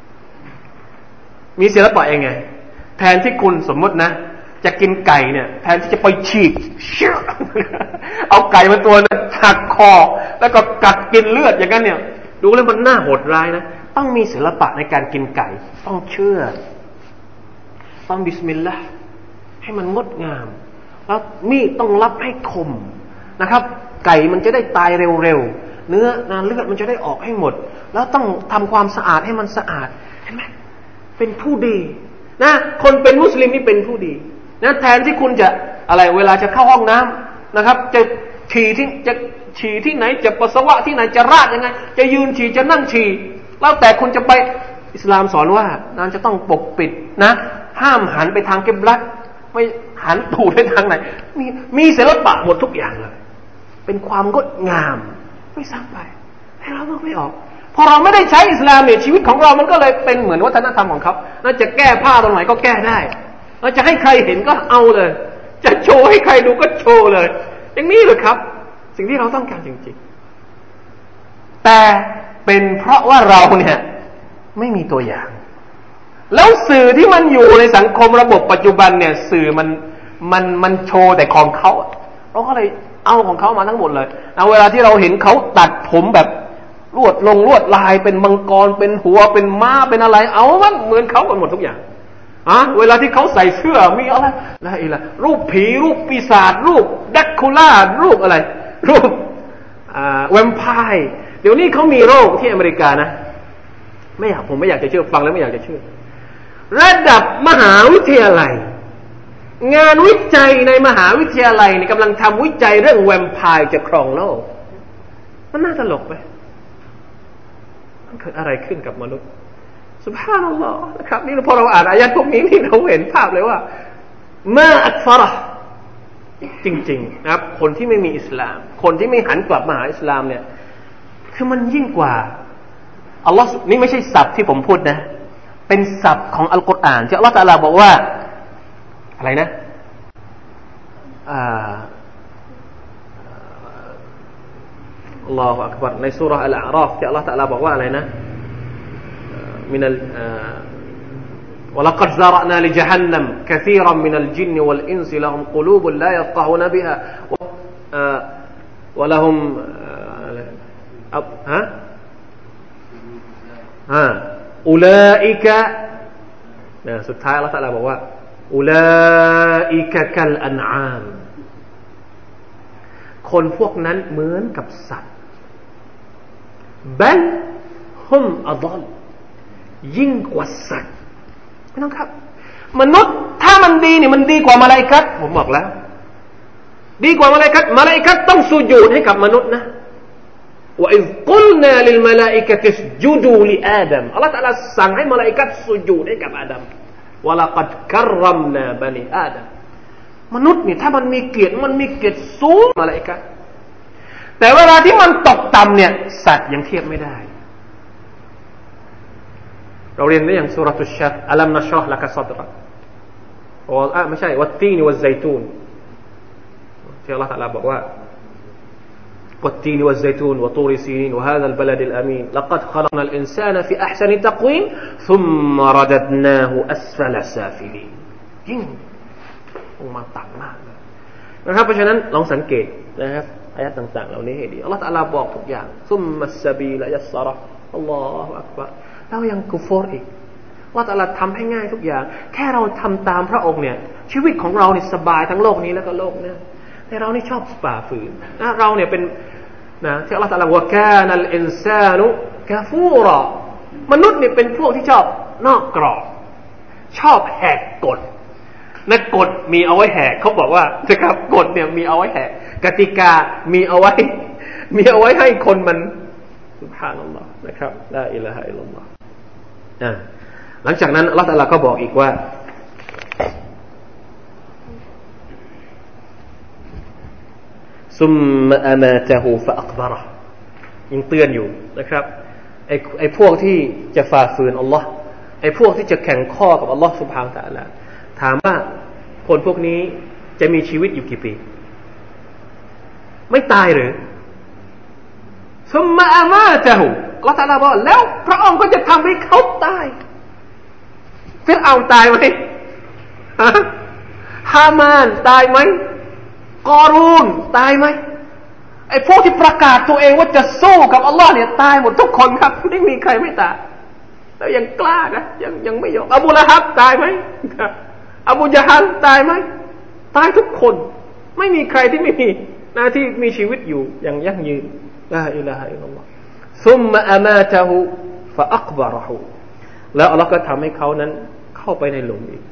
[SPEAKER 1] มีศิลปะยังไงแทนที่คุณสมมตินะจะกินไก่เนี่ยแทนที่จะไปฉีกเอาไก่มาตัวนึงหักคอแล้วก็กัดกินเลือดอย่างนั้นเนี่ยดูแล้วมันน่าโหดร้ายนะต้องมีศิลปะในการกินไก่ต้องเชื่อต้องบิสมิลลาห์ให้มันงดงามแล้วมีดต้องรับให้คมนะครับไก่มันจะได้ตายเร็วๆเนื้อเลือดมันจะได้ออกให้หมดแล้วต้องทำความสะอาดให้มันสะอาดเห็นไหมเป็นผู้ดีนะคนเป็นมุสลิมนี่เป็นผู้ดีนะแทนที่คุณจะอะไรเวลาจะเข้าห้องน้ำนะครับจะฉี่ที่จะฉี่ที่ไหนจะปัสสาวะที่ไหนจะราดยังไงจะยืนฉี่จะนั่งฉี่แล้วแต่คุณจะไปอิสลามสอนว่านั่นจะต้องปกปิดนะห้ามหันไปทางกิบลัตไม่หันตูดไปทางไหนมีมีศิลปะหมดทุกอย่างเลยเป็นความงดงามไม่ซ้ำไปให้เราไม่ออกพอเราไม่ได้ใช้อิสลามเนี่ยชีวิตของเรามันก็เลยเป็นเหมือนวัฒนธรรมของเขาน่าจะแก้ผ้าตรงไหนก็แก้ได้เราจะให้ใครเห็นก็เอาเลยจะโชว์ให้ใครดูก็โชว์เลยอย่างนี้เลยครับสิ่งที่เราต้องการจริงๆแต่เป็นเพราะว่าเราเนี่ยไม่มีตัวอย่างแล้วสื่อที่มันอยู่ในสังคมระบบปัจจุบันเนี่ยสื่อมันมันมันโชว์แต่ของเขาเราก็เลยเอาของเขามาทั้งหมดเลยเอาเวลาที่เราเห็นเขาตัดผมแบบลวดลงลวดลายเป็นมังกรเป็นหัวเป็นม้าเป็นอะไรเอามันเหมือนเขากันหมดทุกอย่างอ่ะเวลาที่เขาใส่เสื้อมีอะไรอะไรอีกล่ะรูปผีรูปปีศาจรูปแดร็กคูล่ารูปอะไรรูปอ่าแวมไพร์เดี๋ยวนี้เขามีโรคที่อเมริกานะไม่อยากผมไม่อยากจะเชื่อฟังแล้วไม่อยากจะเชื่อระดับมหาวิทยาลัยงานวิจัยในมหาวิทยาลัยเนี่ยกำลังทำวิจัยเรื่องแวมไพร์จะครองโลกมันน่าตลกไหมมันเกิดอะไรขึ้นกับมนุษย์ซุบฮานัลลอฮ์นะครับนี่พอเราอ่านอายะห์พวกนี้นี่เราเห็นภาพเลยว่ามาอักฟาระจริงๆนะครับคนที่ไม่มีอิสลามคนที่ไม่หันกลับมาหาอิสลามเนี่ยคือมันยิ่งกว่าอัลลอฮ์นี่ไม่ใช่ศัพท์ที่ผมพูดนะเป็นศัพท์ของอัลกุรอานที่อัลลอฮฺตะอาลาบอกว่าอะไรนะอ่าอัลลอฮฺอักบัรในซูเราะห์อัลอาราฟที่อัลลอฮฺตะอาลาบอกว่าอะไรนะมินัลولقد زرعنا لجهنم كثيرا من الجن والإنس لهم قلوب لا يفقهون بها ولهم ها هاอุลาอิกะนะสุดท้ายอัลเลาะห์ตะอาลาบอกว่าอุลาอิกะกัลอันอามคนพวกนั้นเหมือนกับสัตว์บัลฮุมอัฎอลยิ่งกว่าสัตว์พี่น้องครับมนุษย์ถ้ามันดีเนี่ยมันดีกว่ามลาอิกะฮ์ผมบอกแล้วดีกว่ามลาอิกะฮ์มลาอิกะฮ์ต้องสุญูดให้กับมนุษย์นะว่าอิซกุลนาลิลมลาอิกะติสจุดูลิอาดัมอัลเลาะห์ตะอาลาสั่งให้มลาอิกะฮ์สุญูดให้กับอาดัมวะละกัดกัรรัมนาบะนีอาดัมมนุษย์นี่ถ้ามันมีเกียรติมันมีเกียรติสูงมลาอิกะฮ์แต่เวลาที่มันตกต่ำเนี่ยสัตว์ยังเทียบไม่ได้เราเรียนได้อย่างซูเราะตุชชะห์อัลัมนะชอฮ์ละกะซัดรกอ๋อไม่ใช่วัตตีนวัซไซตูนที่อัลเลาะห์ตะอาลาบอกว่าوالتين والزيتون وطور سينين وهذا البلد الأمين لقد خلقنا الإنسان في أحسن تقويم ثم رددناه أسفل سافلين ยิ่งลงมาต่ำมากนะครับเพราะฉะนั้นลองสังเกตนะครับอายะห์ต่างๆเหล่านี้ให้ดีอัลเลาะห์ตะอาลาบอกทุกอย่างซุมมัสซะบีลยัสซะเราะห์อัลลอฮุอักบัรแล้วยังกุฟรอีกอัลเลาะห์ตะอาลาทำให้ง่ายทุกอย่างแค่เราทำตามพระองค์เนี่ยชีวิตของเราเนี่ยสบายทั้งโลกนี้แล้วก็โลกหน้าแต่เรานี่ชอบฝ่าฝืนนะเราเนี่ยเป็นนะที่อัลเลาะห์ตะอาลาว่า كان الانسان كفورا มนุษย์เนี่ยเป็นพวกที่ชอบนอกกรอบชอบแหกกฎและกฎมีเอาไว้แหกเขาบอกว่านะครับกฎเนี่ยมีเอาไว้แหกกติกามีเอาไว้มีเอาไว้ให้คนมันซุบฮานัลลอฮ์นะครับลาอิลาฮะอิลลัลลอฮ์อ่าหลังจากนั้นอัลเลาะห์ตะอาลาก็บอกอีกว่าซุมมะอะมาตะฮูฟะอักบะเราะห์ยังเตือนอยู่นะครับไอ้ไอ้พวกที่จะฝ่าฝืนอัลเลาะห์ไอ้พวกที่จะแข่งข้อกับอัลเลาะห์ซุบฮานะฮูวะตะอาลาถามว่าคนพวกนี้จะมีชีวิตอยู่กี่ปีไม่ตายหรือซุมมะอะมาตะฮูอัลเลาะห์ตะอาลาบอกแล้วพระองค์ก็จะทำให้เขาตายฟิรเอาน์ตายไหมฮามานตายไหมกอรูนตายไหมไอ้พวกที่ประกาศตัวเองว่าจะสู้กับอัลลอฮ์เนี่ยตายหมดทุกคนครับไม่มีใครไม่ตายแล้วยังกล้านะยังยังไม่ยอมอบูละฮับตายไหมอบูญะฮัลตายไหมตายทุกคนไม่มีใครที่ไม่มีหน้าที่มีชีวิตอยู่อย่างยั่งยืนลาอิลาฮะอิลลัลลอฮ์ซุมมะอะมาตะฮูฟะอักบะเราะฮูแล้วอัลลอฮ์ก็ทำให้เขานั้นเข้าไปในหลุมอีก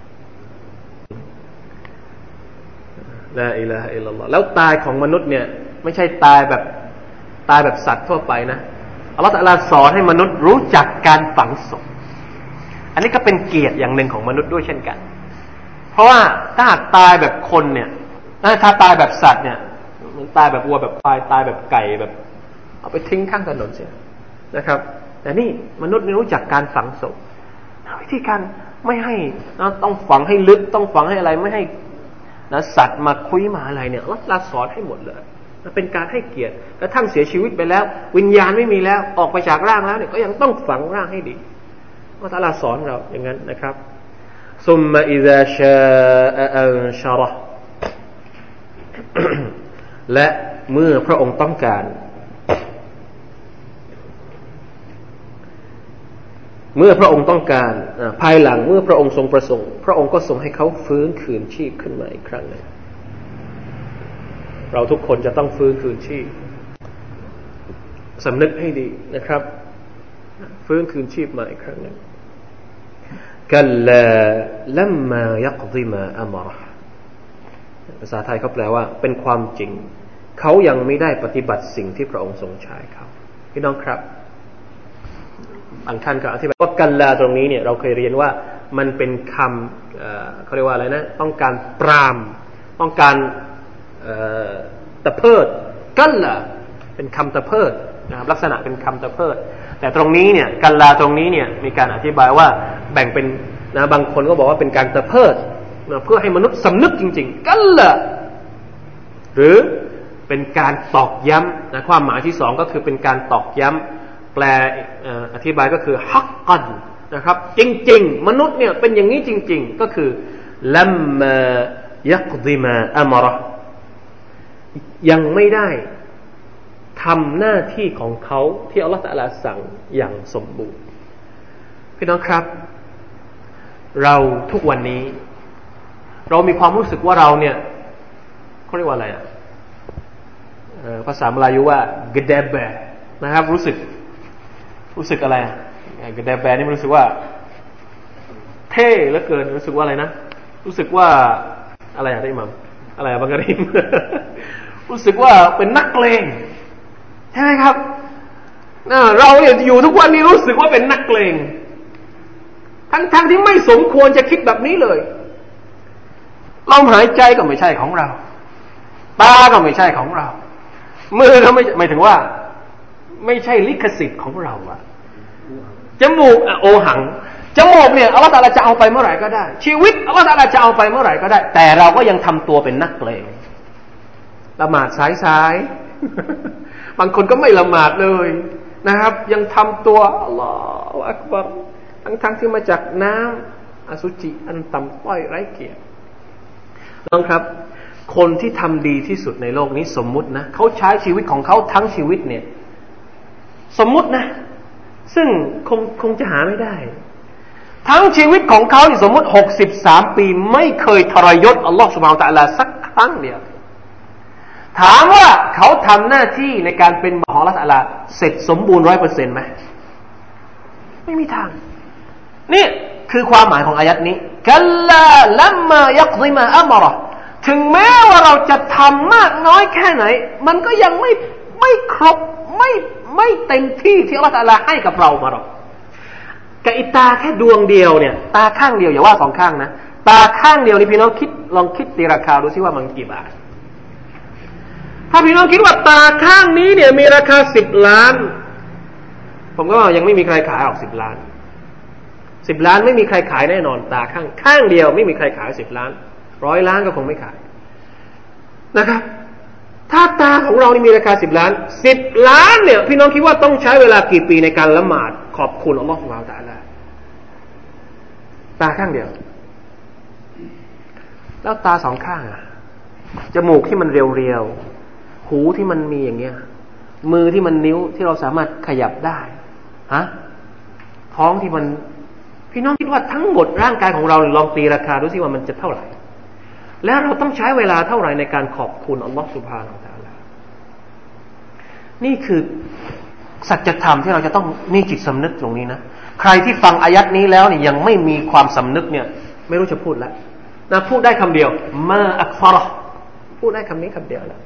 [SPEAKER 1] ลาอิลาฮะอิลลัลลอฮ์แล้วตายของมนุษย์เนี่ยไม่ใช่ตายแบบตายแบบสัตว์ทั่วไปนะอัลเลาะห์ตะอาลาสอนให้มนุษย์รู้จักการฝังศพอันนี้ก็เป็นเกียรติอย่างหนึ่งของมนุษย์ด้วยเช่นกันเพราะว่าถ้าหากตายแบบคนเนี่ยถ้าตายแบบสัตว์เนี่ยตายแบบวัวแบบควายตายแบบไก่แบบเอาไปทิ้งข้างถนนเสียนะครับแต่นี่มนุษย์ไม่รู้จักการฝังศพวิธีการไม่ให้ต้องฝังให้ลึกต้องฝังให้อะไรไม่ให้นะสัตว์มาคุยมาอะไรเนี่ยอัลเลาะห์สอนให้หมดเลยเป็นการให้เกียรติกระทั่งเสียชีวิตไปแล้ววิญญาณไม่มีแล้วออกไปจากร่างแล้วเนี่ยก็ยังต้องฝังร่างให้ดีอัลเลาะห์สอนเราอย่างนั้นนะครับซุมมะอิซาชาอะอันชะเราะห์และเมื่อพระองค์ต้องการเมื่อพระองค์ต้องการภายหลังเมื่อพระองค์ทรงประสงค์พระองค์ก็ทรงให้เขาฟื้นคืนชีพขึ้นมาอีกครั้งหนึ่งเราทุกคนจะต้องฟื้นคืนชีพสำนึกให้ดีนะครับฟื้นคืนชีพมาอีกครั้งหนึ่งกัลลาลัมมายักฎิมาอัมเราะห์ภาษาไทยเขาแปลว่าเป็นความจริงเขายังไม่ได้ปฏิบัติสิ่งที่พระองค์ทรงใช้เขาพี่น้องครับบางท่านก็อธิบายว่ากัลลาตรงนี้เนี่ยเราเคยเรียนว่ามันเป็นคำ เอ่อ เขาเรียกว่าอะไรนะต้องการปรามต้องการตะเพิดกัลลาเป็นคำตะเพิดนะครับลักษณะเป็นคำตะเพิดแต่ตรงนี้เนี่ยกัลลาตรงนี้เนี่ยมีการอธิบายว่าแบ่งเป็นนะบางคนก็บอกว่าเป็นการตะเพิดนะเพื่อให้มนุษย์สำนึกจริงๆกัลลาหรือเป็นการตอกย้ำนะความหมายที่สองก็คือเป็นการตอกย้ำแปลอธิบายก็คือฮักกันนะครับจริงๆมนุษย์เนี่ยเป็นอย่างนี้จริงๆก็คือลัมมายักฎิมาอัมเราะห์ยังไม่ได้ทำหน้าที่ของเขาที่อัลเลาะห์ตะอาลาสั่งอย่างสมบูรณ์พี่น้องครับเราทุกวันนี้เรามีความรู้สึกว่าเราเนี่ยเขาเรียกว่าอะไรอ่ะภาษามลายูว่ากระเดบะนะครับรู้สึกรู้สึกอะไรกระเดบะนี่มันรู้สึกว่าเท่เหลือเกินรู้สึกว่าอะไรนะรู้สึกว่าอะไรอะได้มั้งอะไรอะบังกะรีม รู้สึกว่าเป็นนักเลงใช่ไหมครับเราเนี่ยอยู่ทุกวันนี้รู้สึกว่าเป็นนักเลงทั้งๆที่ไม่สมควรจะคิดแบบนี้เลยลมหายใจก็ไม่ใช่ของเราตาก็ไม่ใช่ของเรามือก็ไม่หมายถึงว่าไม่ใช่ลิขสิทธิ์ของเราอะจมูกโอหังจมูกเนี่ยอัลเลาะห์ตะอาลาจะเอาไปเมื่อไหร่ก็ได้ชีวิตอัลเลาะห์ตะอาลาจะเอาไปเมื่อไหร่ก็ได้แต่เราก็ยังทำตัวเป็นนักเลงละหมาดสายๆบางคนก็ไม่ละหมาดเลยนะครับยังทำตัวอัลลอฮฺอักบัรทั้งๆที่มาจากน้ำอสุจิอันต่ำต้อยไร้เกียรติน้องครับคนที่ทำดีที่สุดในโลกนี้สมมุตินะเขาใช้ชีวิตของเขาทั้งชีวิตเนี่ยสมมุตินะซึ่งคงคงจะหาไม่ได้ทั้งชีวิตของเขาสมมุติหกสิบสามปีไม่เคยทรยศอัลลอฮฺซุบฮานะฮูวะตะอาลาสักครั้งเดียวถามว่าเขาทำหน้าที่ในการเป็นบ่าวของอัลลอฮฺตะอาลาเสร็จสมบูรณ์ ร้อยเปอร์เซ็นต์ ไหมไม่มีทางนี่คือความหมายของอายัดนี้กัลลาลัมมายักฎิมาอัมเราะห์ถึงแม้ว่าเราจะทำมากน้อยแค่ไหนมันก็ยังไม่ไม่ครบไม่ไม่เต็มที่ที่อัลลอฮฺตะอาลาให้กับเรามาหรอกกับอีตาแค่ดวงเดียวเนี่ยตาข้างเดียวอย่าว่าสองข้างนะตาข้างเดียวนี่พี่น้องคิดลองคิดตีราคาดูซิว่ามันกี่บาทถ้าพี่น้องคิดว่าตาข้างนี้เนี่ยมีราคาสิบล้านผมก็ยังไม่มีใครขายออกสิบล้านสิบล้านไม่มีใครขายแน่นอนตาข้างข้างเดียวไม่มีใครขายสิบล้านร้อยล้านก็คงไม่ขายนะครับถ้าตาของเรานี่มีราคาสิบล้านสิบล้านเนี่ยพี่น้องคิดว่าต้องใช้เวลากี่ปีในการละหมาดขอบคุณอัลลอฮฺซุบฮานะฮูวะตะอาลาตาข้างเดียวแล้วตาสองข้างอ่ะจมูกที่มันเรียวๆหูที่มันมีอย่างเงี้ยมือที่มันนิ้วที่เราสามารถขยับได้ฮะท้องที่มันพี่น้องคิดว่าทั้งหมดร่างกายของเราลองตีราคาดูสิว่ามันจะเท่าไหร่แล้วเราต้องใช้เวลาเท่าไหร่ในการขอบคุณอัลลอฮฺซุบฮานะฮูวะตะอาลานี่คือสัจธรรมที่เราจะต้องมีจิตสำนึกตรงนี้นะใครที่ฟังอายัดนี้แล้วเนี่ยยังไม่มีความสำนึกเนี่ยไม่รู้จะพูดแล้วนะพูดได้คำเดียวมาอักฟาระพูดได้คำนี้คำเดียวแล้ว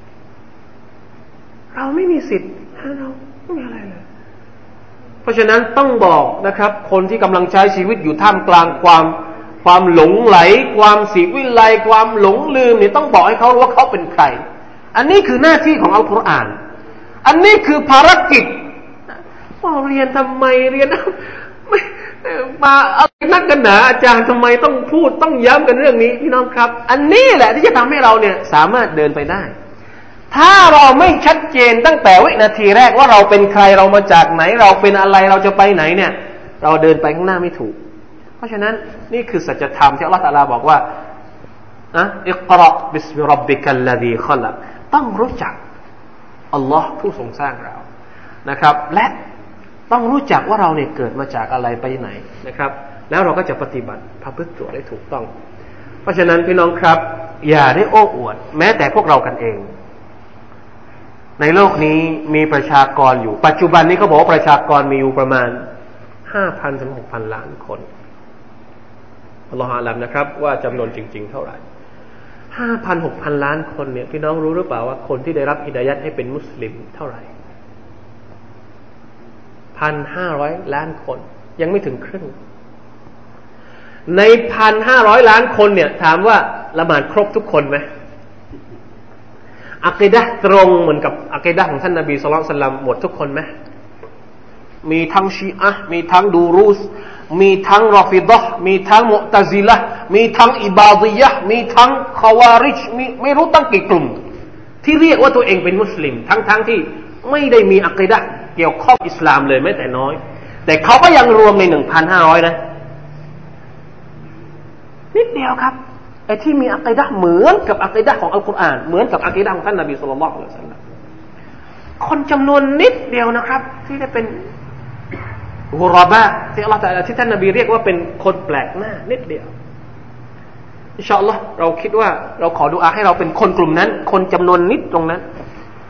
[SPEAKER 1] เราไม่มีสิทธิ์เราไม่มีอะไรเลยเพราะฉะนั้นต้องบอกนะครับคนที่กำลังใช้ชีวิตอยู่ท่ามกลางความความหลงไหลความสีวิไลความหลงลืมเนี่ยต้องบอกให้เขารู้ว่าเขาเป็นใครอันนี้คือหน้าที่ของอัลกุรอานอันนี้คือภารกิจว่าเรียนทำไมเรียนไม่มาเอานักกันหนาอาจารย์ทำไมต้องพูดต้องย้ำกันเรื่องนี้พี่น้องครับอันนี้แหละที่จะทำให้เราเนี่ยสามารถเดินไปได้ถ้าเราไม่ชัดเจนตั้งแต่วินาทีแรกว่าเราเป็นใครเรามาจากไหนเราเป็นอะไรเราจะไปไหนเนี่ยเราเดินไปข้างหน้าไม่ถูกเพราะฉะนั้นนี่คือสัจธรรมที่อัลเลาะห์ตะอาลาบอกว่าอะอิกเราะห์บิสมิร็อบบิกัลลซีคอลักต้องรู้จักอัลลอฮ์ผู้ทรงสร้างเรานะครับและต้องรู้จักว่าเราเนี่ยเกิดมาจากอะไรไปไหนนะครับแล้วเราก็จะปฏิบัติประพฤติตัวได้ถูกต้องเพราะฉะนั้นพี่น้องครับอย่าได้โอ้อวดแม้แต่พวกเรากันเองในโลกนี้มีประชากรอยู่ปัจจุบันนี้เขาบอกว่าประชากรมีอยู่ประมาณ ห้าพัน ถึง หกพัน ล้านคนอัลลอฮฺอาลัมนะครับว่าจำนวนจริงๆเท่าไหร่ ห้าพัน หกพัน ล้านคนเนี่ยพี่น้องรู้หรือเปล่าว่าคนที่ได้รับฮิดายัตให้เป็นมุสลิมเท่าไหร่ หนึ่งพันห้าร้อย ล้านคนยังไม่ถึงครึ่งใน หนึ่งพันห้าร้อย ล้านคนเนี่ยถามว่าละหมาดครบทุกคนไหมอะกีดะห์ตรงเหมือนกับอะกีดะห์ของท่านนบีศ็อลลัลลอฮุอะลัยฮิวะซัลลัมหมดทุกคนไหมมีทั้งชีอะห์มีทั้งดูรูสมีทั้งรอฟิฎะห์มีทั้งมุอ์ตะซิละห์มีทั้งอิบาฎิยะห์มีทั้งคอวาริจมีไม่รู้ตั้งกี่กลุ่มที่เรียกว่าตัวเองเป็นมุสลิมทั้งๆที่ไม่ได้มีอะกีดะห์เกี่ยวข้องอิสลามเลยแม้แต่น้อยแต่เขาก็ยังรวมใน หนึ่งพันห้าร้อย นะนิดเดียวครับไอ้ที่มีอะกีดะห์เหมือนกับอะกีดะห์ของอัลกุรอานเหมือนกับอะกีดะห์ของท่านนบีศ็อลลัลลอฮุอะลัยฮิวะซัลลัมคนจำนวนนิดเดียวนะครับที่ได้เป็นกุรอบะที่อัลเลาะห์ตะอาลาที่ท่านนบีเรียกว่าเป็นคนแปลกหน้านิดเดียวอินชาอัลลอฮ์เราคิดว่าเราขอดุอาให้เราเป็นคนกลุ่มนั้นคนจำนวนนิดตรงนั้น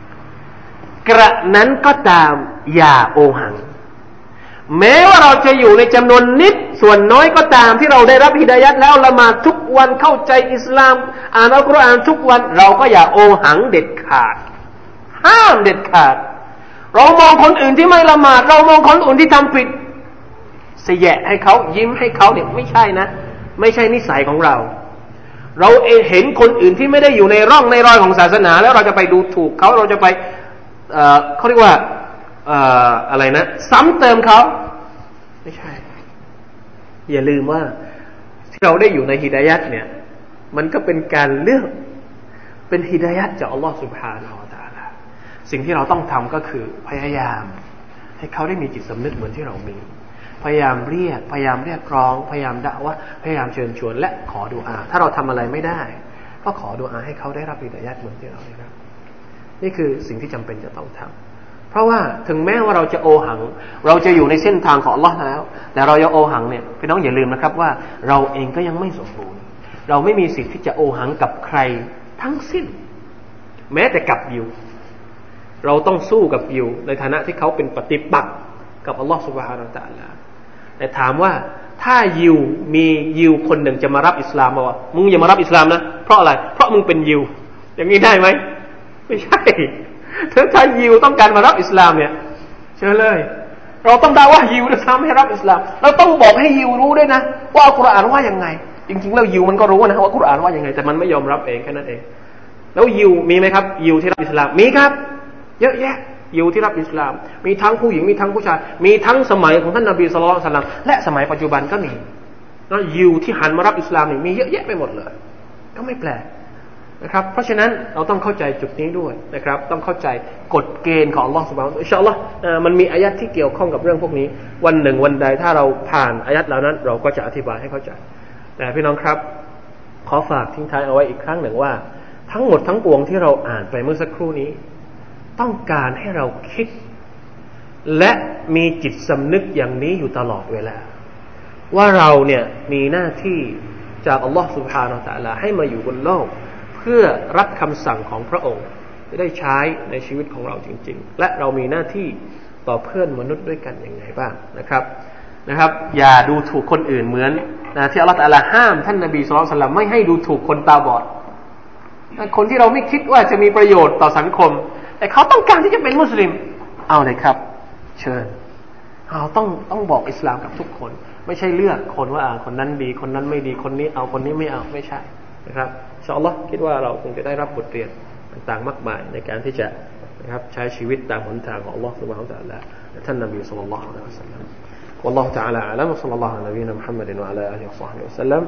[SPEAKER 1] กระนั้นก็ตามอย่าโอหังแม้ว่าเราจะอยู่ในจำนวนนิดส่วนน้อยก็ตามที่เราได้รับฮิดายัดแล้วละหมาดทุกวันเข้าใจอิสลามอ่านอัลกุรอานทุกวันเราก็อย่าโอหังเด็ดขาดห้ามเด็ดขาดเรามองคนอื่นที่ไม่ละหมาดเรามองคนอื่นที่ทำผิดเสยะให้เขายิ้มให้เขาเนี่ยไม่ใช่นะไม่ใช่นิสัยของเราเราเองเห็นคนอื่นที่ไม่ได้อยู่ในร่องในรอยของศาสนาแล้วเราจะไปดูถูกเขาเราจะไปเอ่อเขาเรียกว่าเอ่ออะไรนะซ้ำเติมเขาไม่ใช่อย่าลืมว่าที่เราได้อยู่ในฮิดายัตเนี่ยมันก็เป็นการเลือกเป็นฮิดายัตจากอัลลอฮฺซุบฮานะฮูวะตะอาลาสิ่งที่เราต้องทำก็คือพยายามให้เขาได้มีจิตสำนึกเหมือนที่เรามีพยายามเรียกพยายามเรียกร้องพยายามด่าว่าพยายามเชิญชวนและขอดุอาถ้าเราทำอะไรไม่ได้ก็ขอดุอาให้เขาได้รับฮิดายัตเหมือนที่เราได้รับนี่คือสิ่งที่จำเป็นจะต้องทำเพราะว่าถึงแม้ว่าเราจะโอหังเราจะอยู่ในเส้นทางของอัลลอฮ์แล้วแต่เรายังโอหังเนี่ยพี่น้องอย่าลืมนะครับว่าเราเองก็ยังไม่สมบูรณ์เราไม่มีสิทธิ์ที่จะโอหังกับใครทั้งสิ้นแม้แต่กับยิวเราต้องสู้กับยิวในฐานะที่เขาเป็นปฏิปักษ์กับอัลลอฮ์ซุบฮานะฮูวะตะอาลาแต่ถามว่าถ้ายิวมียิวคนหนึ่งจะมารับอิสลามมาว่ามึงอย่ามารับอิสลามนะเพราะอะไรเพราะมึงเป็นยิวอย่างนี้ได้ไหมไม่ใช่ถ้าถ้ายิวต้องการมารับอิสลามเนี่ยเชิญเลยเราต้องด่าว่ายิวนะซ้ำให้รับอิสลามเราต้องบอกให้ยิวรู้ด้วยนะว่าอัลกุรอานว่ายังไงจริงๆแล้วยิวมันก็รู้นะว่าอัลกุรอานว่ายังไงแต่มันไม่ยอมรับเองแค่นั้นเองแล้วยิวมีไหมครับยิวที่รับอิสลามมีครับเยอะแยะยิวที่รับอิสลามมีทั้งผู้หญิงมีทั้งผู้ชายมีทั้งสมัยของท่านนบีศ็อลลัลลอฮุอะลัยฮิวะซัลลัมและสมัยปัจจุบันก็มีแล้วยิวที่หันมารับอิสลามนี่มีเยอะแยะไปหมดเลยก็ไม่แปลกนะครับเพราะฉะนั้นเราต้องเข้าใจจุดนี้ด้วยนะครับต้องเข้าใจกฎเกณฑ์ของอัลเลาะห์ซุบฮานะฮูวะตะอาลาอินชาอัลเลาะห์มันมีอายัดที่เกี่ยวข้องกับเรื่องพวกนี้วันหนึ่งวันใดถ้าเราผ่านอายัดเหล่านั้นเราก็จะอธิบายให้เข้าใจแต่พี่น้องครับขอฝากทิ้งท้ายเอาไว้อีกครั้งหนึ่งว่าทั้งหมดทั้งปวงที่เราอ่านไปเมื่อสักครู่นี้ต้องการให้เราคิดและมีจิตสำนึกอย่างนี้อยู่ตลอดเวลาว่าเราเนี่ยมีหน้าที่จากอัลลอฮฺซุบฮานะฮูวะตะอาลาให้มาอยู่บนโลกเพื่อรับคำสั่งของพระองค์จะได้ใช้ในชีวิตของเราจริงๆและเรามีหน้าที่ต่อเพื่อนมนุษย์ด้วยกันยังไงบ้างนะครับนะครับอย่าดูถูกคนอื่นเหมือนนะที่อัลลอฮฺตะอาลาห้ามท่านนบีศ็อลลัลลอฮุอะลัยฮิวะซัลลัมไม่ให้ดูถูกคนตาบอดคนที่เราไม่คิดว่าจะมีประโยชน์ต่อสังคมแต่เขาต้องการที่จะเป็นมุสลิมเอาเลยครับเชิญเราต้องต้องบอกอิสลามกับทุกคนไม่ใช่เลือกคนว่าคนนั้นดีคนนั้นไม่ดีคนนี้เอาคนนี้ไม่เอาไม่ใช่นะครับอินชาอัลลอฮ์คิดว่าเราคงจะได้รับบทเรียนต่างๆมากมายในการที่จะนะครับใช้ชีวิตตามหนทางของอัลลอฮ์ซุบฮานะฮูวะตะอาลาและท่านนบีศ็อลลัลลอฮุอะลัยฮิวะซัลลัม والله تعالى أعلم وصلى الله على نبينا محمد وعلى آله وصحبه وسلم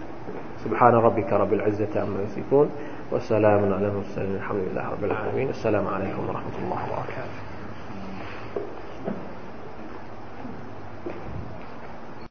[SPEAKER 1] سبحان ربك رب العزة عما يصفون والسلام على المرسلين الحمد لله رب العالمين السلام عليكم ورحمة الله وبركاته